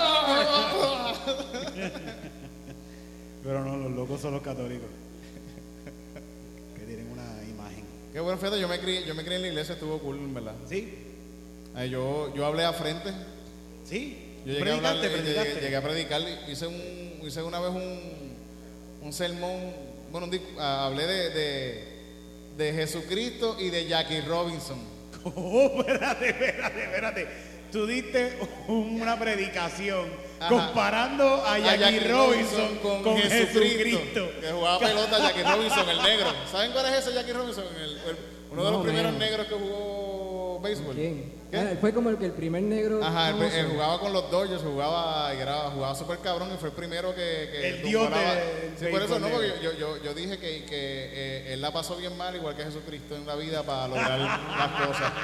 pero no, los locos son los católicos. Que tienen una imagen. Qué bueno, fíjate, yo me crié en la iglesia, estuvo cool, en verdad. ¿Sí? Yo hablé a frente. ¿Sí? Yo llegué a hablar, ¿Predicaste? llegué a predicar. Hice una vez un sermón. Bueno, hablé de Jesucristo y de Jackie Robinson. Oh, espérate. Tú diste una predicación Ajá. comparando a Jackie Robinson con Jesucristo. Que jugaba pelota Jackie Robinson, el negro. ¿Saben cuál es ese Jackie Robinson? Uno de los No, primeros man. negros que jugó béisbol. ¿Quién? ¿Qué? Ah, fue como el primer negro. Ajá, famoso. él jugaba con los Dodgers, jugaba súper cabrón y fue el primero que El dios tumbaba. del Sí, por eso béisbol no, porque negro. yo dije que él la pasó bien mal, igual que Jesucristo en la vida, para lograr las cosas.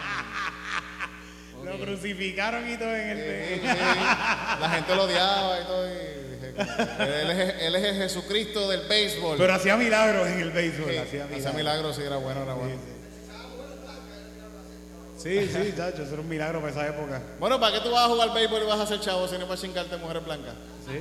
Lo crucificaron y todo en Sí, el... sí, la gente lo odiaba y todo. Y dije, él es el Jesucristo del béisbol. Pero hacía milagros en el béisbol. Sí, hacía hacía milagros. milagros, sí, era bueno. Sí, tacho, eso era un milagro para esa época. Bueno, ¿para qué tú vas a jugar béisbol y vas a ser chavo si no es para chingarte mujeres blancas? Sí.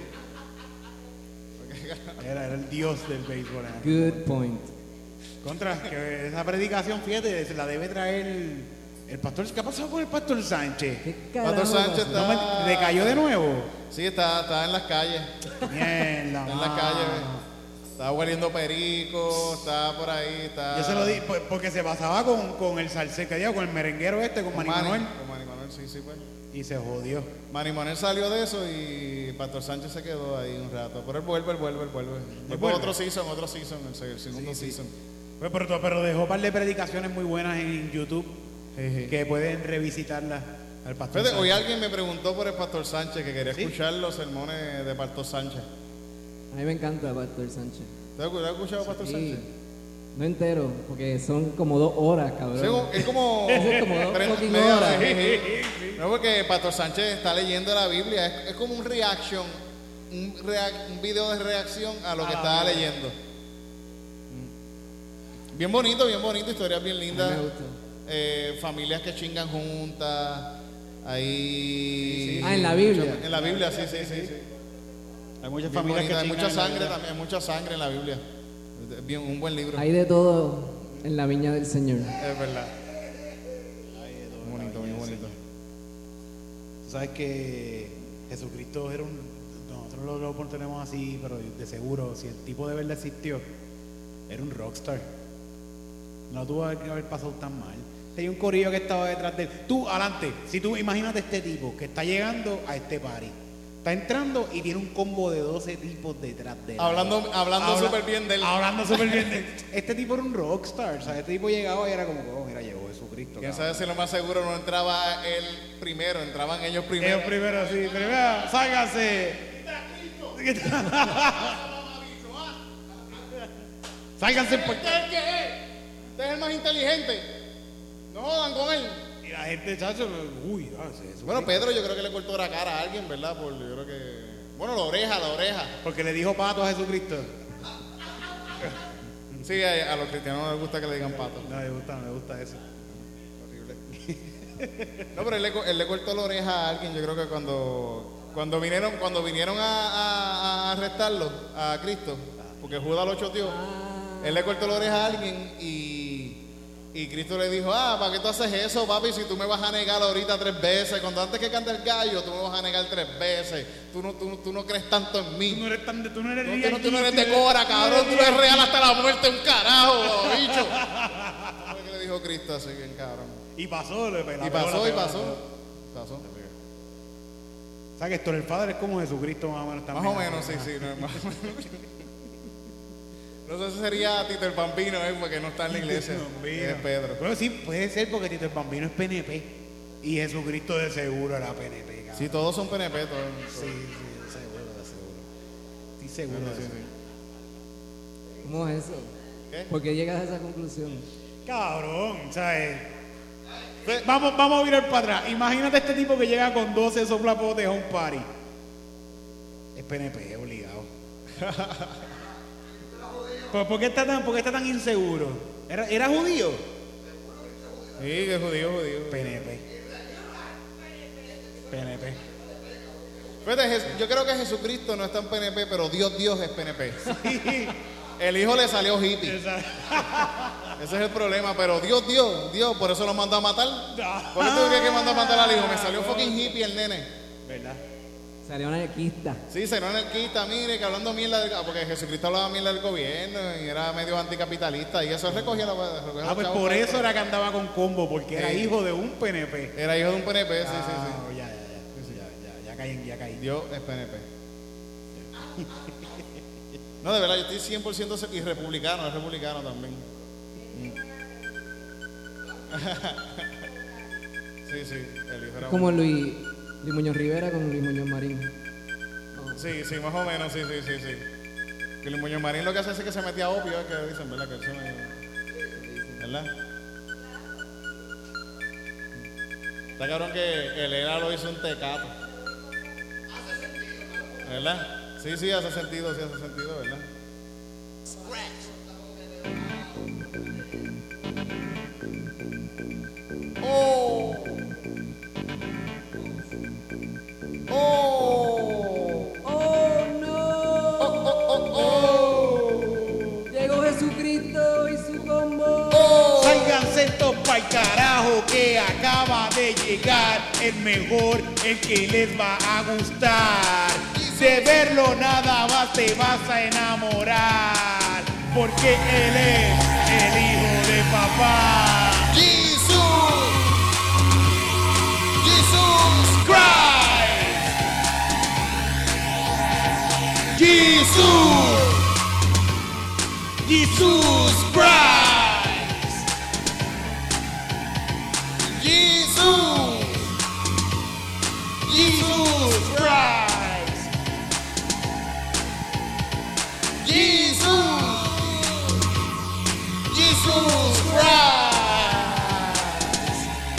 Era el dios del béisbol. Good point. Contra, que esa predicación, fíjate, se la debe traer el pastor. ¿Qué ha pasado con el pastor Sánchez? ¿Qué Pastor carajo Sánchez pasó? ¿No me recayó de nuevo? Sí, está en las calles. Mierda, Está en la mano. calle, está hueliendo perico, está por ahí, está... Yo se lo di porque se pasaba con el salsero, con el merenguero con Manny Manuel. Con Manny Manuel, sí, pues. Y se jodió. Manny Manuel salió de eso y Pastor Sánchez se quedó ahí un rato. Pero él vuelve. Después otro season, el segundo season. Pues, pero dejó un par de predicaciones muy buenas en YouTube que pueden revisitarlas al Pastor Fíjate, hoy Sánchez. alguien me preguntó por el Pastor Sánchez, que quería ¿Sí? escuchar los sermones de Pastor Sánchez. A mí me encanta Pastor Sánchez. ¿Te has escuchado a Pastor Sí. Sánchez? No entero, porque son como 2 horas, cabrón. Sí, es como... Es como 2 fucking media hora. horas. No, porque Pastor Sánchez está leyendo la Biblia. Es como un reaction, un video de reacción a lo que estaba leyendo. Bien bonito, historias bien lindas. A mí me gusta. Familias que chingan juntas. Ahí. Ah, en la Biblia. En la Biblia, sí. Hay muchas Bien familias bonita, que hay chingan mucha en la sangre vida. también, hay mucha sangre en la Biblia. Bien, un buen libro. Hay de todo en la viña del Señor. Es verdad. Muy bonito. Tú sabes que Jesucristo era nosotros lo tenemos así, pero de seguro, si el tipo de verdad existió, era un rockstar. No tuvo que haber pasado tan mal. Hay un corillo que estaba detrás de él. Tú, adelante, si tú imagínate este tipo que está llegando a este party. Está entrando y tiene un combo de 12 tipos detrás de él. Hablando súper bien de él. Hablando súper bien de él. Este tipo era un rockstar. O sea, este tipo llegaba y era como, oh, mira, llegó Jesucristo. Quién cabrón. sabe si lo más seguro no entraba él primero, entraban ellos primero. Ellos primero, sí. Primero, sálganse. Sálganse por... ¿Este es el que es? Este es el más inteligente. No jodan con él. Y la gente, chacho, uy, eso. Bueno, Pedro yo creo que le cortó la cara a alguien, ¿verdad? Yo creo que... Bueno, la oreja. Porque le dijo pato a Jesucristo. Sí, a los cristianos no les gusta que le digan pato. No, me gusta eso. No, pero él le cortó la oreja a alguien. Yo creo que cuando vinieron a arrestarlo, a Cristo, porque Judas lo choteó, él le cortó la oreja a alguien y Cristo le dijo, ¿para qué tú haces eso, papi? Si tú me vas a negar ahorita 3 veces, cuando antes que cante el gallo, tú me vas a negar 3 veces. Tú no crees tanto en mí. Tú no eres Tú no eres de Cora, cabrón. Tú eres real hasta la muerte, un carajo, bicho. Fue lo que le dijo Cristo, así bien cabrón. Y pasó, le pegó. Y pasó. O sea que Héctor el Padre es como Jesucristo más o menos también. Más o menos, sí, no es más. No sé si sería Tito el Bambino, porque no está en la iglesia. Es Pedro. Bueno, sí, puede ser porque Tito el Bambino es PNP. Y Jesucristo de seguro era PNP, cabrón. Sí, todos son PNP, todos. Sí, seguro. Estoy seguro de eso. ¿Cómo es eso? ¿Qué? ¿Por qué llegas a esa conclusión? Cabrón, ¿sabes? Vamos a mirar para atrás. Imagínate este tipo que llega con 12 soplapotes a un party. Es PNP, obligado. ¿Por qué está tan inseguro? ¿Era judío? Sí, que es judío. PNP. Fíjate, yo creo que Jesucristo no está en PNP, pero Dios es PNP. Sí. El hijo le salió hippie. Exacto. Ese es el problema, pero Dios, por eso lo mandó a matar. ¿Por qué tú crees que mandó a matar al hijo? Me salió fucking hippie el nene. ¿Verdad? Salió anarquista. Sí, se no anarquista, mire, que hablando mierda porque Jesucristo hablaba mierda del gobierno y era medio anticapitalista y eso recogía la Pues por eso era que andaba con combo, porque era hijo de un PNP. Era hijo de un PNP, sí. Ya caí. Dios es PNP. No, de verdad, yo estoy 100% y republicano, es republicano también. Sí, el hijo era Como Luis Muñoz Rivera con Luis Muñoz Marín. Sí, más o menos, sí. Que Luis Muñoz Marín lo que hace es que se metía opio, es que dicen, ¿verdad? Que él se me... ¿Verdad? Está cabrón que el ERA lo hizo un tecato. ¿Verdad? Sí, hace sentido, ¿verdad? ¡Oh! Llegó Jesucristo y su combo. Sálganse estos pa'l carajo que acaba de llegar el mejor, el que les va a gustar. De verlo nada más te vas a enamorar, porque él es el hijo de papá. ¡Jesús! Jesus Christ. Jesus. Jesus Christ. Jesus. Jesus Christ.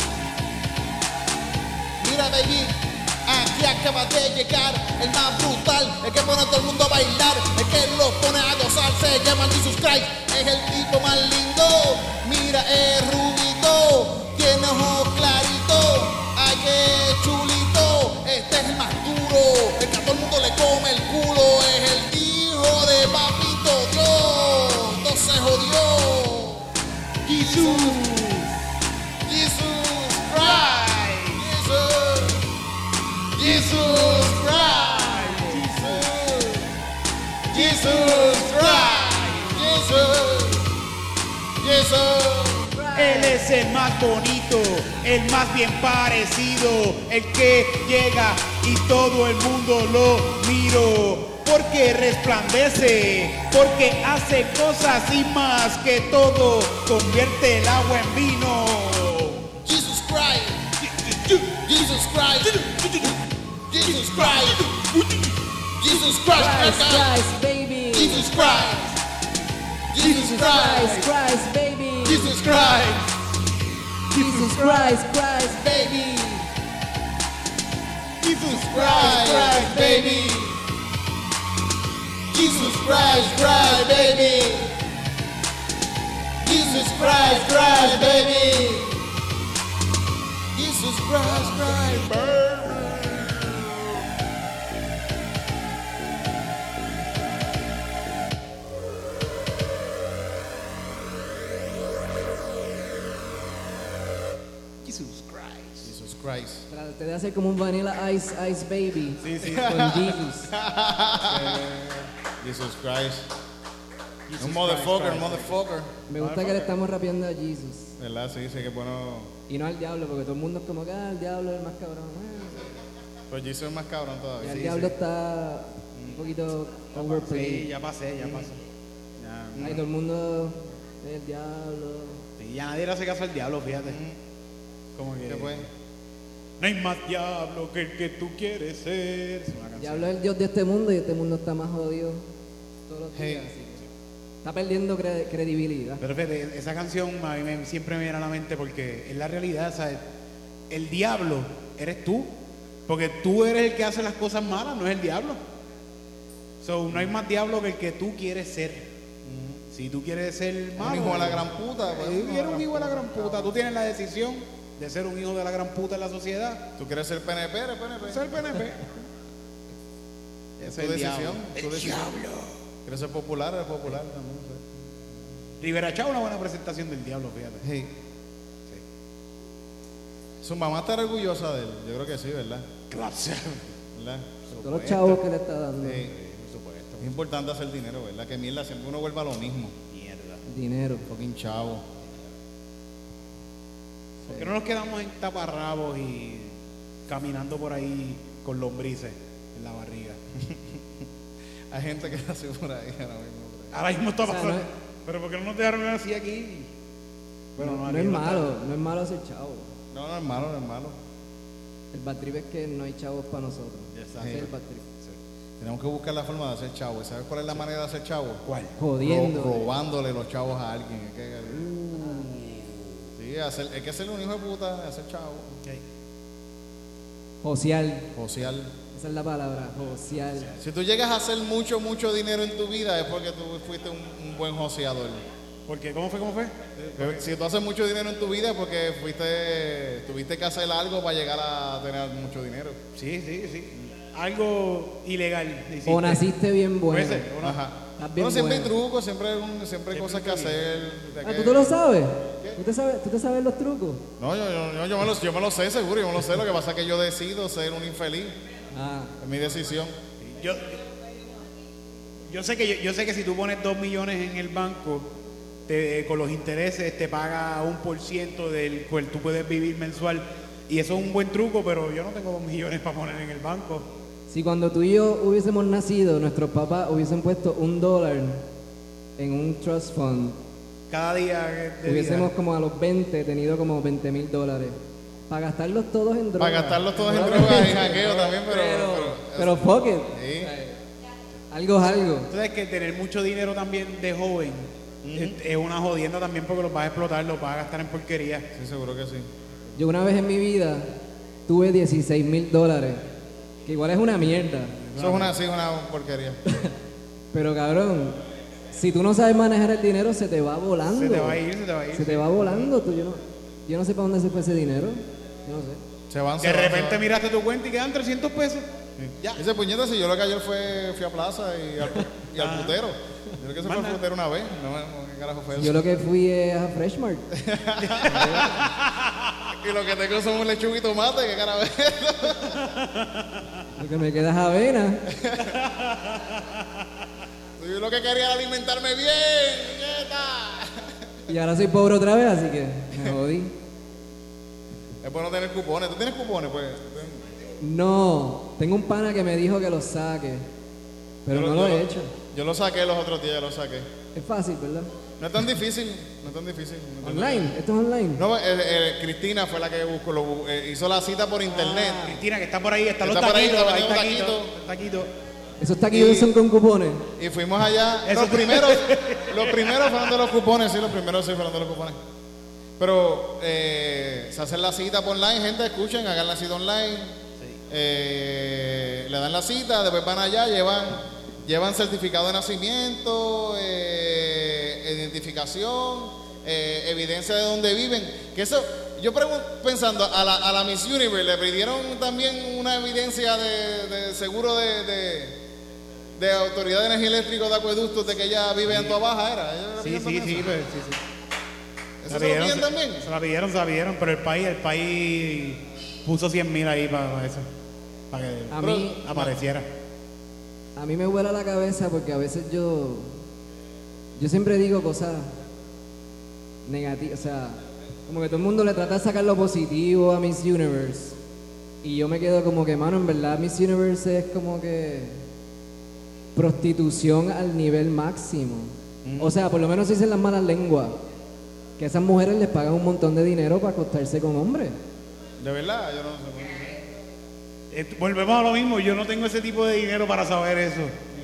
Mira, baby, aquí acaba de llegar el más brutal, el que pone a todo el mundo a bailar, el que los pone a gozar, se llama Jesus Christ. Es el tipo más lindo, mira, es rubito, tiene ojos claritos, ay, qué chulito. Este es el más duro, el que a todo el mundo le come el culo, es el hijo de papito Dios, no se jodió. Jesus, Jesus Christ, Jesus, Jesus Christ, Jesus, Jesus Christ, Jesus, Jesus. Él es el más bonito, el más bien parecido, el que llega y todo el mundo lo miro. Porque resplandece, porque hace cosas y más que todo, convierte el agua en vino. Jesus Christ, Jesus Christ, Jesus Christ, Jesus Christ, Christ, baby. Jesus Christ, Jesus Christ, Christ, baby. Jesus Christ, Jesus Christ, baby, Jesus Christ, baby, Jesus Christ, baby, Jesus Christ, baby, Jesus Christ, baby. Jesus Christ. Traté de hacer como un Vanilla Ice Baby. Sí, sí. Con Jesus. Jesus Christ. Jesus Un motherfucker, Christ. motherfucker. Me gusta que le estamos rapeando a Jesus. ¿Verdad? Sí, sí, que bueno. Y no al diablo, porque todo el mundo es como que el diablo es el más cabrón. Pues Jesus es más cabrón Ya todavía. el Sí, diablo sí. está un poquito Sí, overplayed. ya pasé, ya pasó. Ya, Ay, todo el mundo es el diablo. sí, ya nadie le hace caso al diablo, fíjate. Como que ¿Qué fue? no hay más diablo que el que tú quieres ser. Es una El canción. diablo es el Dios de este mundo y este mundo está más jodido todos los días. Hey. Así que está perdiendo credibilidad. Pero fíjate, esa canción a mí siempre me viene a la mente porque es la realidad, ¿sabes? El diablo eres tú, porque tú eres el que hace las cosas malas, no es el diablo. So, no hay más diablo que el que tú quieres ser. Si tú quieres ser malo, Un hijo de la gran puta. Pues, si tú eres un hijo de la gran puta, tú tienes la decisión de ser un hijo de la gran puta en la sociedad. ¿Tú quieres ser PNP? Eres PNP. Ser PNP. Es Es tu el decisión. diablo. Tu decisión. ¿Quieres ser popular? Eres popular también. Sí. Rivera Chao, una buena presentación del diablo, fíjate. Sí. Su mamá está orgullosa de él. Yo creo que sí, ¿verdad? Claro. ¿Verdad? Todos los chavos que le está dando. Sí. Es importante hacer dinero, ¿verdad? Que mierda, siempre uno vuelva a lo mismo. Mierda. Dinero. Fucking chavo. ¿Por qué no nos quedamos en taparrabos y caminando por ahí con lombrices en la barriga? Hay gente que hace por ahí ahora mismo. Ahora mismo está O sea, pasando. no es- Pero ¿por qué no nos dejaron así aquí? Bueno, No aquí es está. malo, no es malo ser chavo. No, no es malo, no es malo. El bad trip es que no hay chavos para nosotros. Exacto. Ese es el bad trip. Tenemos que buscar la forma de hacer chavo. ¿Y sabes cuál es la manera de hacer chavo? ¿Cuál? Jodiendo. Robándole los chavos a alguien. Es que, sí, hay que ser un hijo de puta, hacer chavo. Social. Social. Esa es la palabra. Social. Si tú llegas a hacer mucho, mucho dinero en tu vida es porque tú fuiste un buen joseador. ¿Por qué? ¿Cómo fue? ¿Cómo fue? Si tú haces mucho dinero en tu vida es porque tuviste que hacer algo para llegar a tener mucho dinero. Sí, sí, sí. Algo ilegal. hiciste. O naciste bien bueno. Puede ser, o no. Ajá. Estás bien Bueno, siempre hay bueno. trucos, siempre hay cosas que hacer. de Ah, que- ¿tú te lo sabes? ¿Tú te sabes los trucos? No, yo me lo sé seguro, yo me lo sé. Lo que pasa es que yo decido ser un infeliz. Ah, Es mi decisión. Yo sé que si tú pones 2 millones en el banco, con los intereses te paga 1% del cual tú puedes vivir mensual. Y eso es un buen truco, pero yo no tengo 2 millones para poner en el banco. Si cuando tú y yo hubiésemos nacido, nuestros papás hubiesen puesto $1 en un trust fund, Cada día de hubiésemos vida. como a los 20 tenido como $20,000. Para gastarlos todos en drogas. Para gastarlos todos en drogas y hackeo también, Pero fuck it. Sí. Algo es algo. Tú sabes que tener mucho dinero también de joven es una jodienda también porque lo vas a explotar, lo vas a gastar en porquería. Sí, seguro que sí. Yo una vez en mi vida tuve $16,000, que igual es una mierda. Eso es una porquería. Pero cabrón, si tú no sabes manejar el dinero, se te va volando. Se te va a ir, se te va a ir. Se te va volando. Yo no sé para dónde se fue ese dinero. Yo no sé. Se van, De repente miraste tu cuenta y quedan 300 pesos. Ya. Ese puñeta, si yo lo que ayer fui a plaza y al putero. Yo creo que se fue al putero una vez. No, ¿qué carajo fue eso? Yo lo que fui es a Freshmart. Y lo que tengo son un lechuga y tomate, ¿qué carajo es eso? Lo que me queda es avena. Yo lo que quería era alimentarme bien, puñeta. Y ahora soy pobre otra vez, así que me jodí. Es bueno tener cupones. ¿Tú tienes cupones, pues? No, tengo un pana que me dijo que los saque, pero no lo he hecho. Yo lo saqué los otros días, lo saqué. Es fácil, ¿verdad? No es tan difícil, no es tan difícil. No es tan Online, esto es online. difícil. No, Cristina fue la que hizo la cita por internet. Cristina, que está por ahí, están los Está por ahí, taquitos, está hay vendiendo taquitos. Esos taquillos son con cupones. Y fuimos allá. Eso- Los primeros fueron de los cupones, sí, los primeros sí fueron de los cupones. Pero se hacen la cita por online, gente, escuchen, hagan la cita online. Le dan la cita, después van allá, llevan certificado de nacimiento, identificación, evidencia de dónde viven. Que eso, yo pensando, a la Miss Universe le pidieron también una evidencia de seguro de Autoridad de Energía Eléctrica de Acueductos de que ella vive en Tua Baja, ¿era? ¿Ella le Sí, pidieron sí, también sí, eso? pues, sí. ¿Eso se lo piden también? Se la pidieron, pero el país puso 100,000 ahí para eso, para que A mí, apareciera. a mí me vuela la cabeza porque a veces yo siempre digo cosas negativas, o sea, como que todo el mundo le trata de sacar lo positivo a Miss Universe y yo me quedo como que, mano, en verdad Miss Universe es como que prostitución al nivel máximo. O sea, por lo menos dicen las malas lenguas, que a esas mujeres les pagan un montón de dinero para acostarse con hombres. De verdad, yo no sé. Volvemos a lo mismo, yo no tengo ese tipo de dinero para saber eso.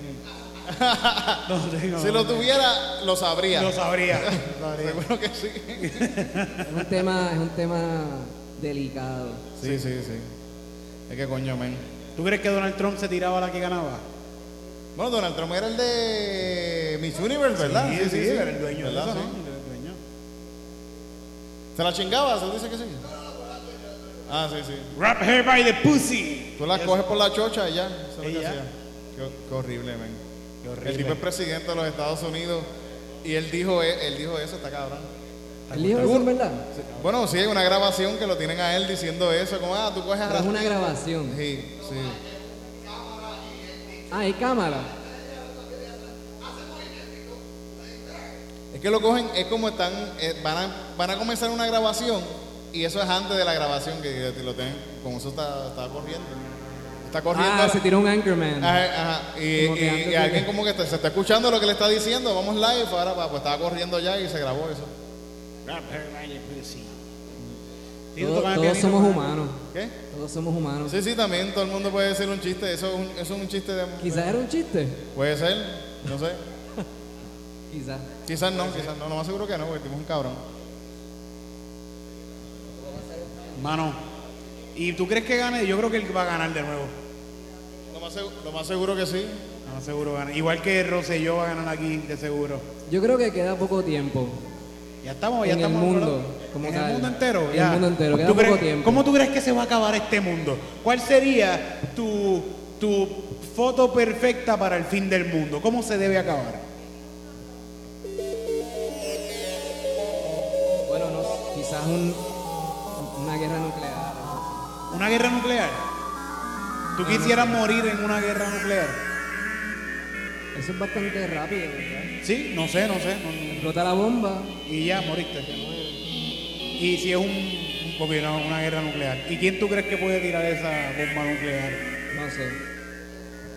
No tengo. Si lo tuviera, lo sabría. Lo sabría. Seguro que sí. Es un tema delicado. Sí. Es que coño, men. ¿Tú crees que Donald Trump se tiraba a la que ganaba? Bueno, Donald Trump era el de Miss Universe, ¿verdad? Sí, era el dueño de ¿verdad? eso, Sí. ¿no? Era el dueño. ¿Se la chingaba? ¿Se dice que sí? Ah, sí. Grab her by the pussy. Tú la coges por la chocha y ya. Eso es lo que Y ya. hacía. Qué horrible, men. Qué horrible. El tipo es presidente de los Estados Unidos y él dijo eso, está cabrón. ¿El hijo eso es verdad? Sí. Bueno, sí, hay una grabación que lo tienen a él diciendo eso, como, tú coges a Pero es una Rasputin. grabación. Sí. Ah, hay cámara. Es que lo cogen, es como están, van a comenzar una grabación y eso es antes de la grabación que lo tienen, como eso está corriendo. Está corriendo. Ah, se tiró un Anchorman. Ajá. Y Como que antes de alguien que- como que se está escuchando lo que le está diciendo, vamos live, ahora pues estaba corriendo ya y se grabó eso. Grab her by the pussy. Sí, Todos, tú tocas el todos pianito, somos ¿no? humanos. ¿Qué? Todos somos humanos. Sí, también todo el mundo puede decir un chiste, eso es un chiste de... Quizás era un chiste. Puede ser, no sé. Quizás. Quizás no, no más seguro que no, porque tenemos un cabrón. Mano, ¿y tú crees que gane? Yo creo que él va a ganar de nuevo. Lo más seguro que sí. No, seguro gana. Igual que Rosselló va a ganar aquí, de seguro. Yo creo que queda poco tiempo. Ya estamos En el al otro mundo, lado. como en tal. el mundo entero. En ya. el mundo entero, queda ¿Tú poco crees- tiempo. ¿Cómo tú crees que se va a acabar este mundo? ¿Cuál sería tu foto perfecta para el fin del mundo? ¿Cómo se debe acabar? Bueno, no, quizás una guerra nuclear. ¿Una guerra nuclear? ¿Tú quisieras morir en una guerra nuclear? Eso es bastante rápido, ¿verdad? Sí, no sé. Explota la bomba. Y ya moriste. Y si es una guerra nuclear. ¿Y quién tú crees que puede tirar esa bomba nuclear? No sé.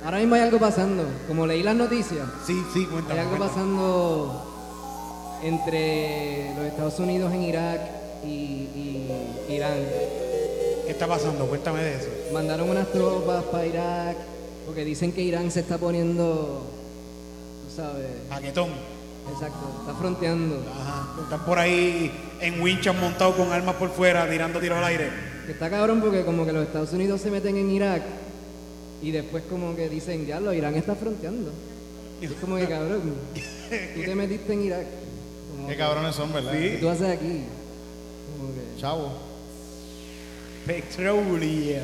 Ahora mismo hay algo pasando. Como leí las noticias, Sí, hay cuéntame. algo pasando entre los Estados Unidos en Irak y Irán. ¿Qué está pasando? Cuéntame de eso. Mandaron unas tropas para Irak porque dicen que Irán se está poniendo, tú sabes, Paquetón. exacto, está fronteando. Ajá. Están por ahí en winchas montados con armas por fuera, tirando tiros al aire. Que está cabrón porque como que los Estados Unidos se meten en Irak y después como que dicen, ya, Irán está fronteando. Y es como que cabrón, tú te metiste en Irak. Como Qué que, cabrones son, ¿verdad? ¿qué tú haces aquí? Como que, Chavo. Petróleo.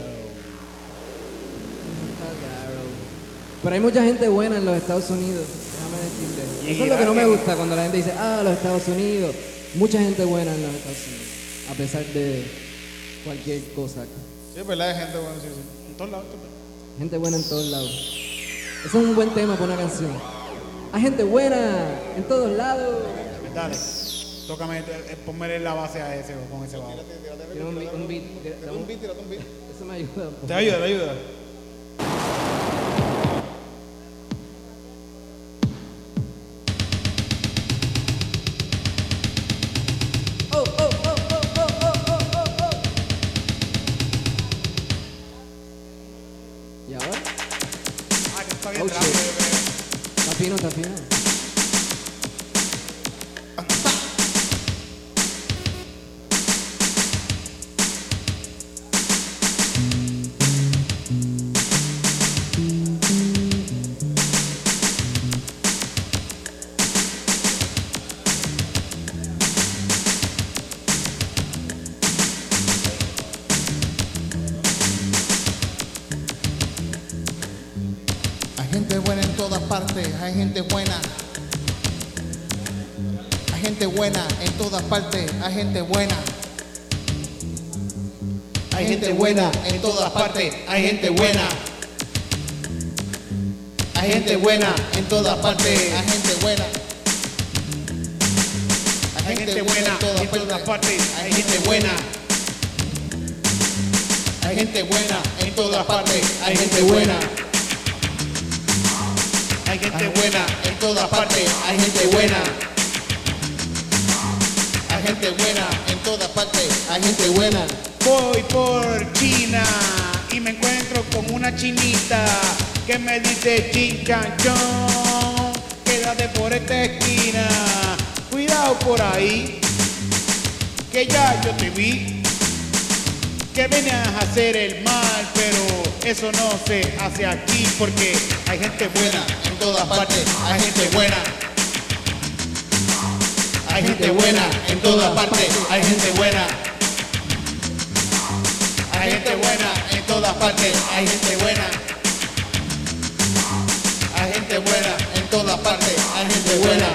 está cabrón. Pero hay mucha gente buena en los Estados Unidos, déjame decirte. Y Eso es lo que no me Irak, gusta cuando la gente dice, los Estados Unidos. Mucha gente buena en los Estados Unidos, a pesar de cualquier cosa. Sí, es verdad, hay gente buena, sí, sí. En todos lados. Gente buena en todos lados. Ese es un buen tema para una canción. Hay gente buena en todos lados. Dale. Tócame, ponme la base a ese con ese bajo. Tiene un beat. Tírate un beat, tírate un beat. Eso me ayuda. Te ayuda. ¿Y ahora? Que está bien Oh, rápido, shit. yo creo. Está fino, está fino. Hay gente buena en todas partes, hay gente buena. Hay gente buena en todas partes, hay gente buena. Hay gente buena en todas partes, hay gente buena. Hay gente buena en todas partes, hay gente buena. Hay gente buena en todas partes. Hay gente buena. Hay gente buena en todas partes, hay gente buena. Hay gente buena en todas partes, hay gente buena. Hay gente buena en todas partes, hay gente buena. Voy por China y me encuentro con una chinita que me dice chin chan chon, quédate por esta esquina, cuidado por ahí, que ya yo te vi, que venías a hacer el mal, pero eso no se hace aquí porque hay gente buena En todas partes, hay gente buena. Hay gente buena en todas partes, hay gente buena. Hay gente buena en todas partes, hay gente buena. Hay gente buena en todas partes, hay gente buena.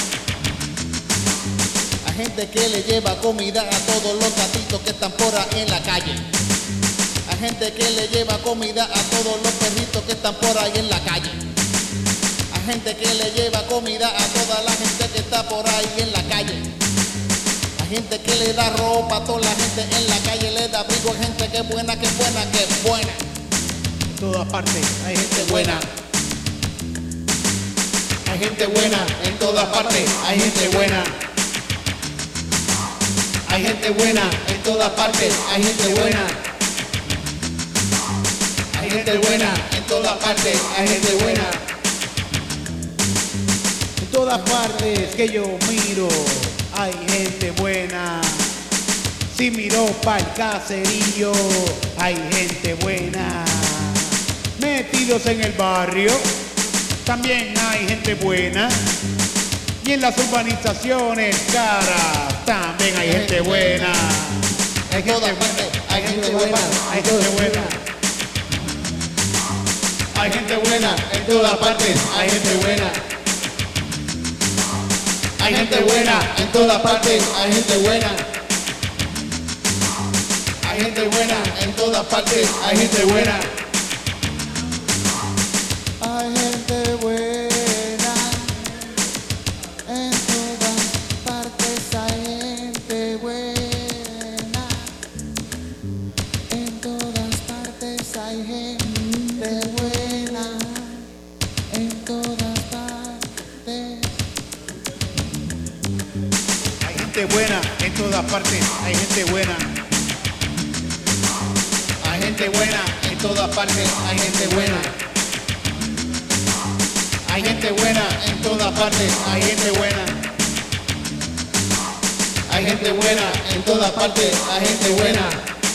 Hay gente que le lleva comida a todos los gatitos que están por ahí en la calle. Hay gente que le lleva comida a todos los perritos que están por ahí en la calle. Hay gente que le lleva comida a toda la gente que está por ahí en la calle. Hay gente que le da ropa a toda la gente en la calle, le da abrigo a gente que es buena, que es buena, que es buena. en todas partes. Hay gente buena. Hay gente buena en todas partes. Hay gente buena. Hay gente buena en todas partes. Hay gente buena. Hay gente buena en todas partes. Hay gente buena. En todas partes que yo miro hay gente buena. Si miro pa'l caserío hay gente buena. Metidos en el barrio también hay gente buena. Y en las urbanizaciones caras también hay gente buena. Hay En todas gente buena. partes. Hay gente buena. Hay gente buena. Hay gente buena en todas partes. Hay gente buena. Hay gente buena en todas partes. Hay gente buena. Hay gente buena en todas partes. Hay gente buena. Hay gente buena en todas partes. Hay gente buena en todas partes. Hay gente buena. gente buena en todas partes, hay gente buena. Hay gente buena en todas partes, hay gente buena. Hay gente buena en todas partes, hay gente buena. Hay gente buena en todas partes, hay gente buena.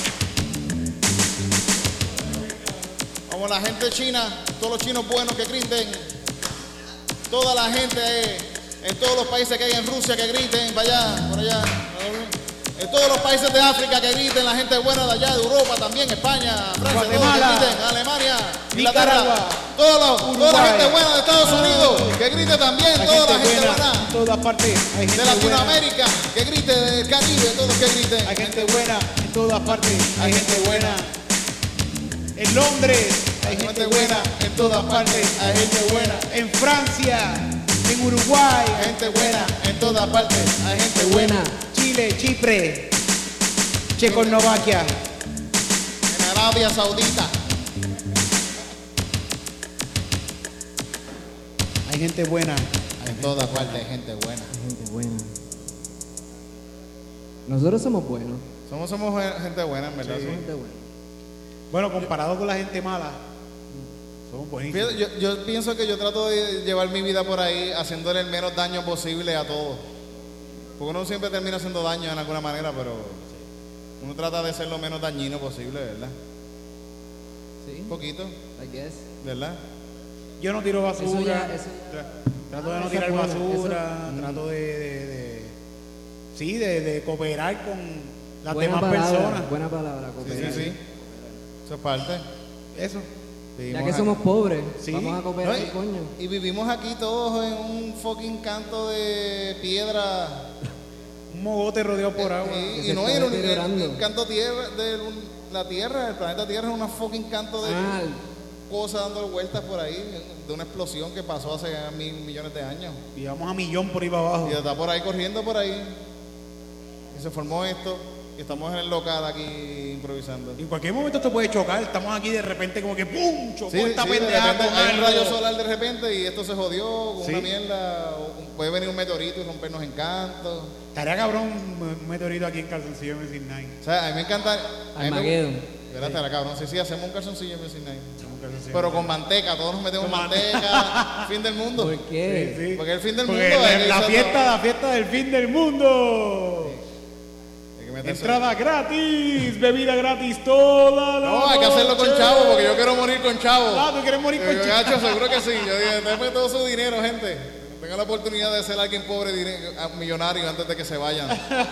Como la gente china, todos los chinos buenos que griten. Toda la gente en todos los países que hay en Rusia que griten, para allá, por allá. En todos los países de África que griten, la gente buena de allá, de Europa también, España, Francia, Guatemala, todos que griten, Alemania, Nicaragua, Inglaterra, toda la gente buena de Estados Unidos, que grite también, toda la gente buena en todas partes, hay gente de Latinoamérica, que grite, del Caribe, todos que griten. Hay gente buena en todas partes, hay gente buena. En Londres, hay gente buena en todas partes, hay gente buena. En Francia, en Uruguay, Hay gente buena en todas partes, hay gente buena. Chile, Chipre, Checoslovaquia. En Arabia Saudita. Hay gente buena. En todas partes hay gente buena. Gente buena. Nosotros somos buenos. Somos gente buena, en verdad. Sí. Somos gente buena. Bueno, comparado con la gente mala, somos buenísimos. Yo pienso que yo trato de llevar mi vida por ahí haciéndole el menos daño posible a todos. Porque uno siempre termina haciendo daño en alguna manera, pero uno trata de ser lo menos dañino posible, ¿verdad? Sí. Un poquito, I guess. ¿verdad? Yo no tiro basura. Eso Trato de no Eso tirar es bueno, basura. Trato de cooperar con las buena demás palabra, personas. buena palabra, Sí, cooperar. sí, sí. Eso es parte. Eso. Ya Vivimos que aquí. somos pobres, Sí. vamos a cooperar, No, coño. y vivimos aquí todos en un fucking canto de piedra. Un mogote rodeado por agua. que Y se no está era deteriorando. un canto tierra de la Tierra, el planeta Tierra es una fucking canto de Ah, cosas dando vueltas por ahí, de una explosión que pasó hace 1.000 millones de años. Y vamos a millón por ahí para abajo. Y está por ahí corriendo por ahí. Y se formó esto. Y estamos en el local aquí improvisando. En cualquier momento te puede chocar. Estamos aquí de repente como que ¡pum! Chocó Sí, esta sí, de pendeja repente con hay un algo. rayo solar de repente y esto se jodió con Sí. una mierda. Puede venir un meteorito y rompernos en canto. Estaría cabrón un meteorito aquí en Calzoncillo Music Night. O sea, a mí me encanta. Armageddon. ¿Verdad? Estará cabrón. Sí, hacemos un calzoncillo en Music Night. Un Calzoncillo Pero Music con manteca, todos nos metemos Con manteca. Fin del mundo. ¿por Night. qué? Sí, sí. Porque el fin del Porque mundo. hay que la irse a fiesta del fin del mundo. hay que meterse. Entrada gratis, bebida gratis toda la No, hay que hacerlo con noche. chavo porque yo quiero morir con chavo. Ah, ¿tú quieres morir con Yo, chavo? gacho, seguro que sí. Yo dije, denme todo su dinero, gente. Tengan la oportunidad de ser alguien pobre, millonario antes de que se vayan.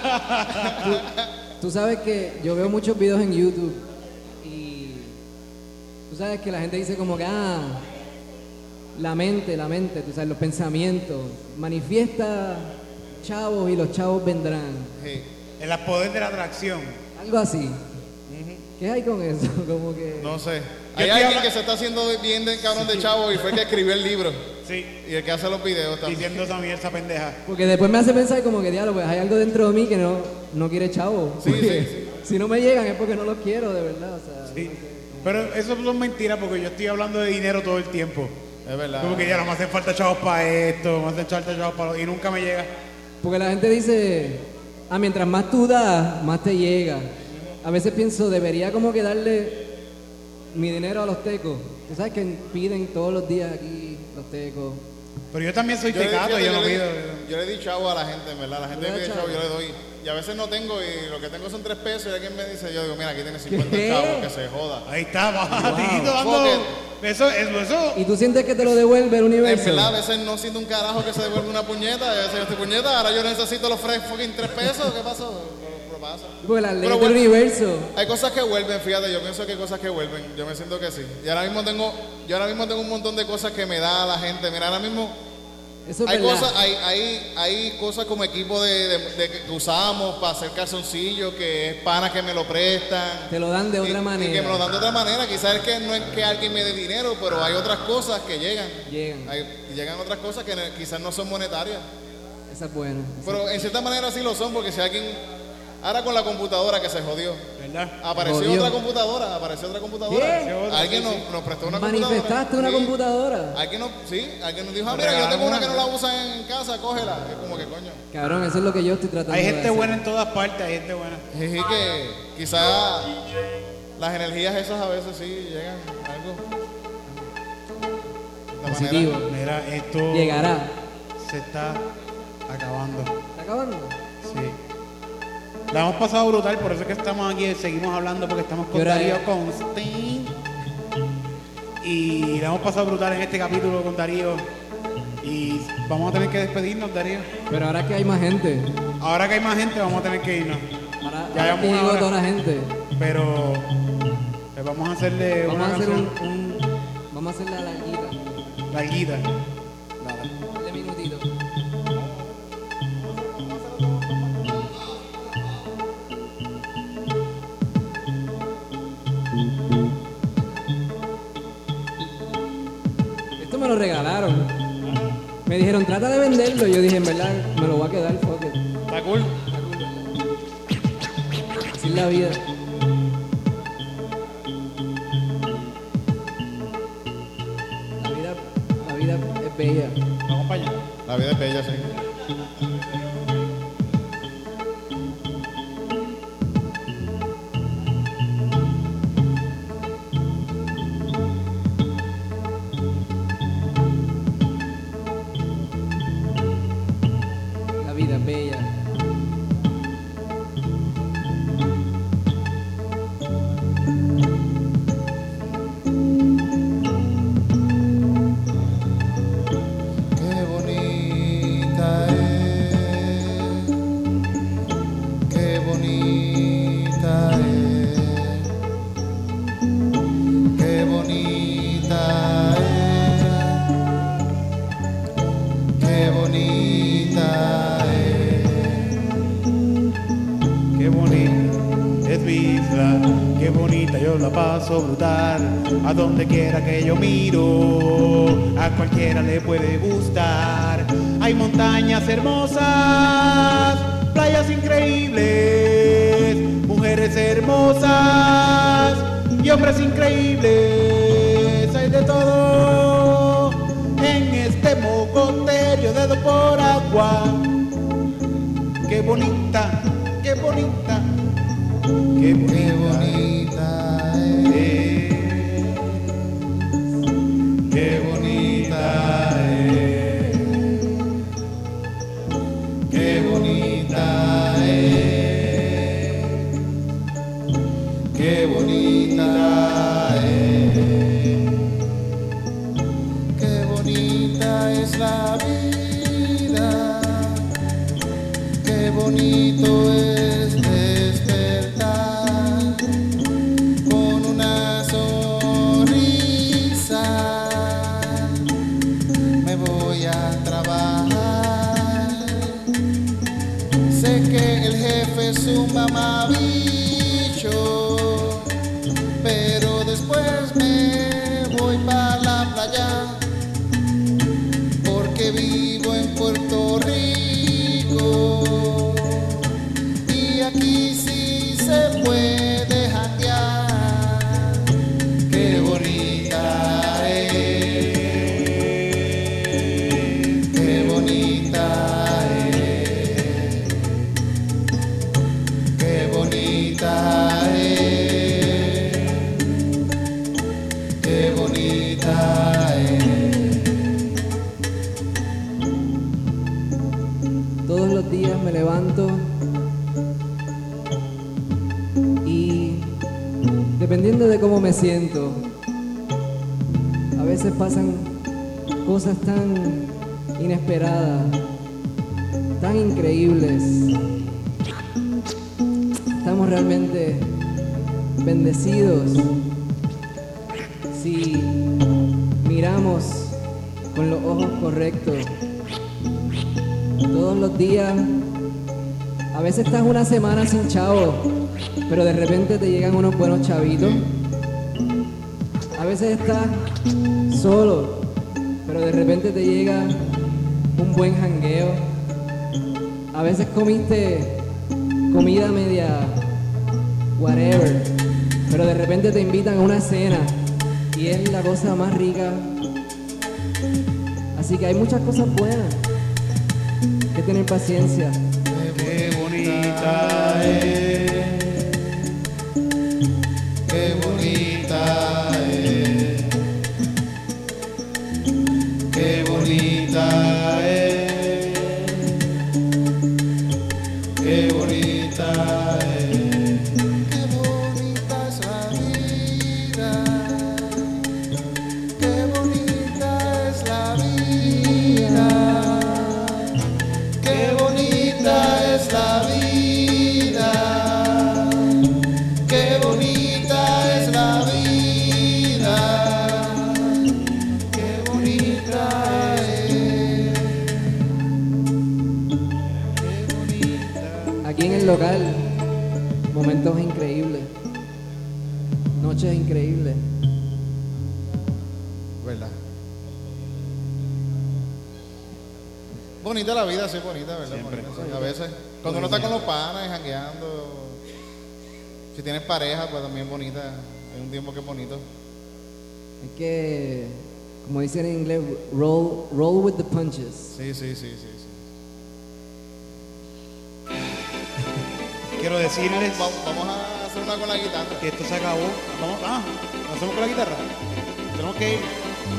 Tú sabes que yo veo muchos videos en YouTube y tú sabes que la gente dice como que, la mente, tú sabes, los pensamientos, manifiesta chavos y los chavos vendrán. Sí. El poder de la atracción. Algo así. ¿Qué hay con eso? Como que... No sé. Yo Hay estoy alguien que se está haciendo bien de cabrón de chavo y fue el que escribió el libro. Sí, Y el que hace los videos también. diciendo esa mierda, esa pendeja. Porque después me hace pensar como que, diablo, pues hay algo dentro de mí que no quiere chavo. Sí, Porque sí, si no me llegan es porque no los quiero, de verdad. O sea, Sí. Pero eso son mentiras porque yo estoy hablando de dinero todo el tiempo. Es verdad. Como que ya no me hacen falta chavos para esto, me hacen falta chavos para lo... Y nunca me llega. Porque la gente dice, mientras más tú das, más te llega. A veces pienso, debería como que darle mi dinero a los tecos. Tú sabes que piden todos los días aquí los tecos. Pero yo también soy Yo le- tecato, fíjate, yo no le- pido. Yo le di chavo a la gente, en verdad. La gente ¿Le me das pide chavo, chavo? yo le doy. Y a veces no tengo y lo que tengo son 3 pesos y alguien me dice, yo digo, mira, aquí tienes 50 ¿Qué? chavos, que se joda. Ahí está, bajatito Fuck dando... Eso. Y tú sientes que te lo devuelve el En universo. verdad, a veces no siento un carajo que se devuelve una puñeta. Y a veces yo estoy puñeta, ahora yo necesito los fucking 3 pesos. ¿Qué pasó? Pero pasa. Porque las leyes Pero del bueno, universo. hay cosas que vuelven, fíjate, yo pienso que hay cosas que vuelven. Yo me siento que sí. Y ahora mismo tengo un montón de cosas que me da la gente. Mira, ahora mismo Eso es hay verdad. cosas, hay cosas como equipo de que usamos para hacer calzoncillos, que es panas que me lo prestan. Te lo dan de otra Y manera. que me lo dan de otra manera. Quizás es que no es que alguien me dé dinero, pero hay otras cosas que llegan. Llegan. Llegan otras cosas que quizás no son monetarias. Esa es buena. Pero en cierta manera sí lo son, porque si alguien. Ahora con la computadora que se jodió. ¿verdad? Apareció Jodió. otra computadora, apareció otra computadora. ¿Qué? Apareció otra, Alguien sí, nos, sí. nos prestó una ¿Manifestaste computadora. una Sí. computadora? Alguien nos dijo, mira, yo tengo una que no la usa en casa, cógela. Es como que coño. Cabrón, eso es lo que yo estoy tratando Hay de gente hacer. buena en todas partes, hay gente buena. Es que quizás las energías esas a veces sí llegan a algo. De Positivo. manera- Mira, esto Llegará. se está acabando. ¿Está acabando? Sí. La hemos pasado brutal, por eso es que estamos aquí, seguimos hablando porque estamos con ¿Qué hora Darío es? Constin. Y la hemos pasado brutal en este capítulo con Darío. Y vamos a tener que despedirnos, Darío. Pero ahora que hay más gente. Ahora que hay más gente, vamos a tener que irnos. Ahora, Ya ahora llevamos que una llegó hora. toda la gente. Pero pues vamos a hacerle Vamos una a hacer canción vamos a hacer la larguita. larguita. De minutito. Esto me lo regalaron. Me dijeron, trata de venderlo. Y yo dije, en verdad, me lo voy a quedar, fuck it. ¿Está cool? Así es la vida. La vida es bella. ¿Me acompaña? La vida es bella, sí. La vida es bella. Qué bonita es, qué bonita es, qué bonita es, qué bonita es. Qué bonita es mi isla, qué bonita, yo la paso brutal. A donde quiera que yo miro, a cualquiera le puede gustar. Hay montañas hermosas, playas increíbles, mujeres hermosas y hombres increíbles. Hay de todo en este mogoterio de por agua. Qué bonita, qué bonita, qué Qué bonita, bonita es, qué bonita es, qué bonita es, qué bonita es, qué bonita es la vida, qué bonito es despertar con una sonrisa. Me voy a trabajar. Sé que el jefe es un mamabicho, pero después me voy para la playa porque vivo en Puerto Rico y aquí sí se puede janguear. Qué bonita es, qué bonita es, qué bonita es, qué bonita es. Todos los días me levanto y dependiendo de cómo me siento, a veces pasan cosas tan inesperadas, tan increíbles. Estamos realmente bendecidos si miramos con los ojos correctos. Todos los días, a veces estás una semana sin chavo, pero de repente te llegan unos buenos chavitos. A veces estás solo, pero de repente te llega un buen jangueo. A veces comiste comida whatever. Pero de repente te invitan a una cena y es la cosa más rica. Así que hay muchas cosas buenas. Hay que tener paciencia. Qué bonita es. Qué bonita es. Qué bonita es. Qué bonita es. Qué bonita es la vida. Qué bonita es la vida. Qué bonita es la vida. Qué bonita es la vida. Qué bonita es. Qué bonita. Aquí en el local, momentos increíbles. Noches increíbles. ¿Verdad? Bonita la vida, sí, bonita, ¿verdad? Siempre. Bonita, sí. A veces, cuando uno está con los panas, jangueando, si tienes pareja, pues también bonita. Es un tiempo que es bonito. Hay que, como dicen en inglés, roll with the punches. Sí, sí, sí, sí, sí. Quiero decirles Vamos a hacer una con la guitarra. que esto se acabó. Vamos, ¿lo hacemos con la guitarra? Tenemos que ir.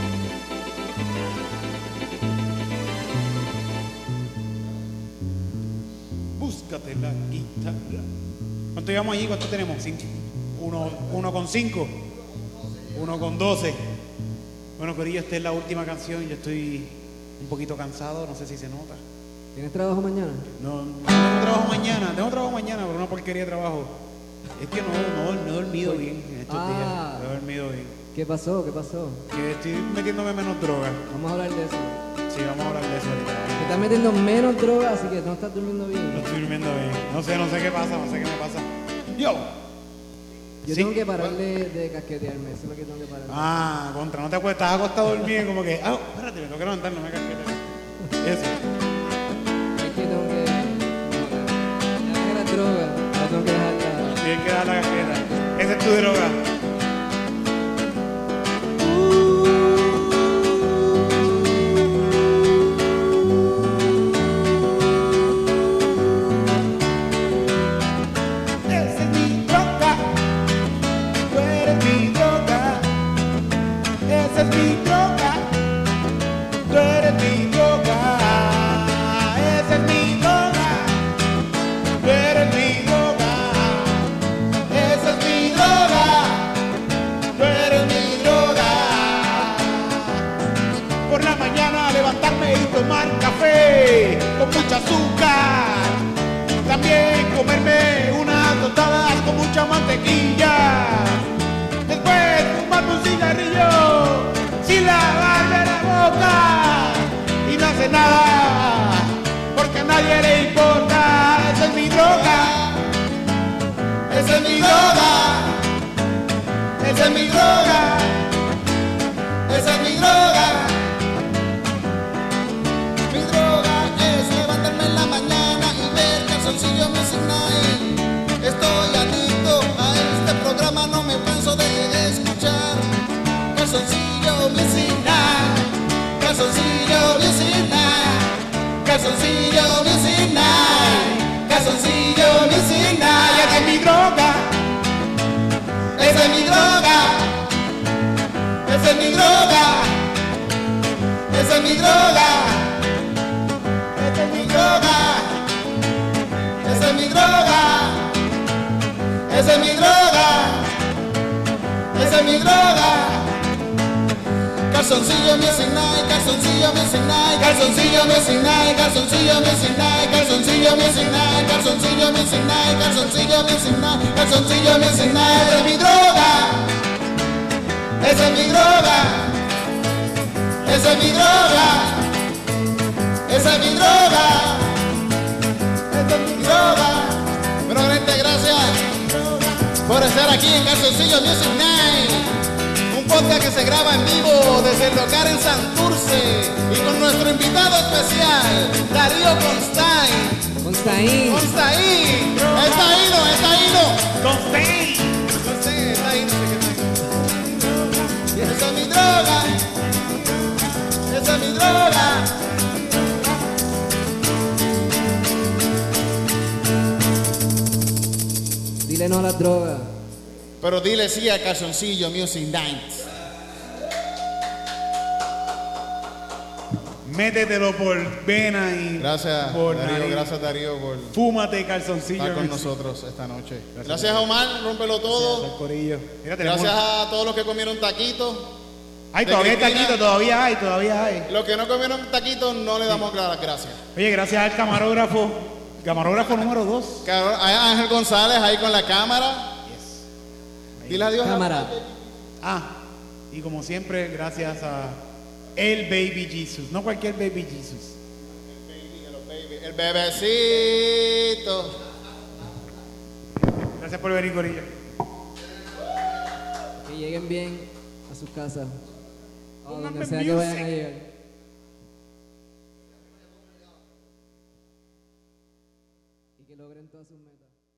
Búscate la guitarra. ¿Cuánto llevamos allí? ¿Cuánto tenemos? Uno con 5. 1 con 12. Bueno, Corillo, esta es la última canción. Yo estoy un poquito cansado, no sé si se nota. ¿Tienes trabajo mañana? No tengo trabajo mañana, pero una porquería de trabajo. Es que no he dormido bien en estos días. No he dormido bien. ¿Qué pasó? ¿Qué pasó? Que estoy metiéndome menos droga. Vamos a hablar de eso. Sí, vamos a hablar de eso Te ahorita. estás metiendo menos droga, así que no estás durmiendo No bien. estoy durmiendo bien. No sé qué pasa, no sé qué me pasa. Yo. Yo Sí. tengo que parar de casquetearme, eso es lo que tengo que parar. No te acuestas, estás acostado a dormir como que, espérate, me tengo que levantar, no me casquete. Eso. Es que tengo que dejar la droga, la tengo que dejar Tienes que dar la casqueta. Esa es tu droga. Esa es mi droga. Tú eres mi droga. Esa es mi droga. Tú eres mi droga. Esa es mi droga. Tú eres mi droga. Esa es mi droga. Tú eres mi droga. Por la mañana levantarme y tomar café con mucha azúcar. También comerme unas tostadas con mucha mantequilla. Después fumarme un cigarrillo sin lavarme la boca. Y no hace nada porque a nadie le importa. Esa es mi droga. Esa es mi droga. Esa es mi droga. Esa es mi droga. Mi droga es levantarme en la mañana y ver Calzoncillo Music Night. Estoy adicto a este programa, no me canso de escuchar Calzoncillo Music Night. Calzoncillo Music Night. Calzoncillo Music Night. Calzoncillo Music Night. Esa es mi droga. Esa es mi droga. Esa es mi droga. Esa es mi droga. Esa es mi droga. Esa es mi droga. Esa es mi droga. Esa es mi droga. Calzoncillo Music Night, Calzoncillo Music Night, Calzoncillo Music Night, Calzoncillo Music Night, Calzoncillo Music Night, Calzoncillo Music Night, Calzoncillo Music Night, Calzoncillo Music Night. Esa es mi droga. Esa es mi droga. Esa es mi droga. Esa es mi droga. Esa es mi droga. Bueno, gente, gracias por estar aquí en Calzoncillo Music Night. Un podcast que se graba en vivo desde el local en Santurce y con nuestro invitado especial, Darío Constaín. Constaín. Constaín. Está ido. Constaín. Dile no a las drogas. Pero dile sí a Calzoncillo Music Night. Métetelo por vena y Gracias, por Darío. nariz. Gracias, Darío, por Fúmate calzoncillo. estar con Music. nosotros esta noche. Gracias a Omar, rómpelo todo. Gracias al corillo. Mira, tenemos- Gracias a todos los que comieron taquitos. Ay, de todavía hay Cristina. taquito, todavía hay. Los que no comieron taquitos no le damos las gracias. Oye, gracias al camarógrafo número 2. Claro, hay Ángel González ahí con la cámara. Dile adiós. Cámara. Y como siempre, gracias a el Baby Jesus. No cualquier Baby Jesus. El bebecito. Gracias por venir, corillo. Que lleguen bien a sus casas. O donde Pónganme sea que vayan music. a llegar. Y que logren todas sus metas.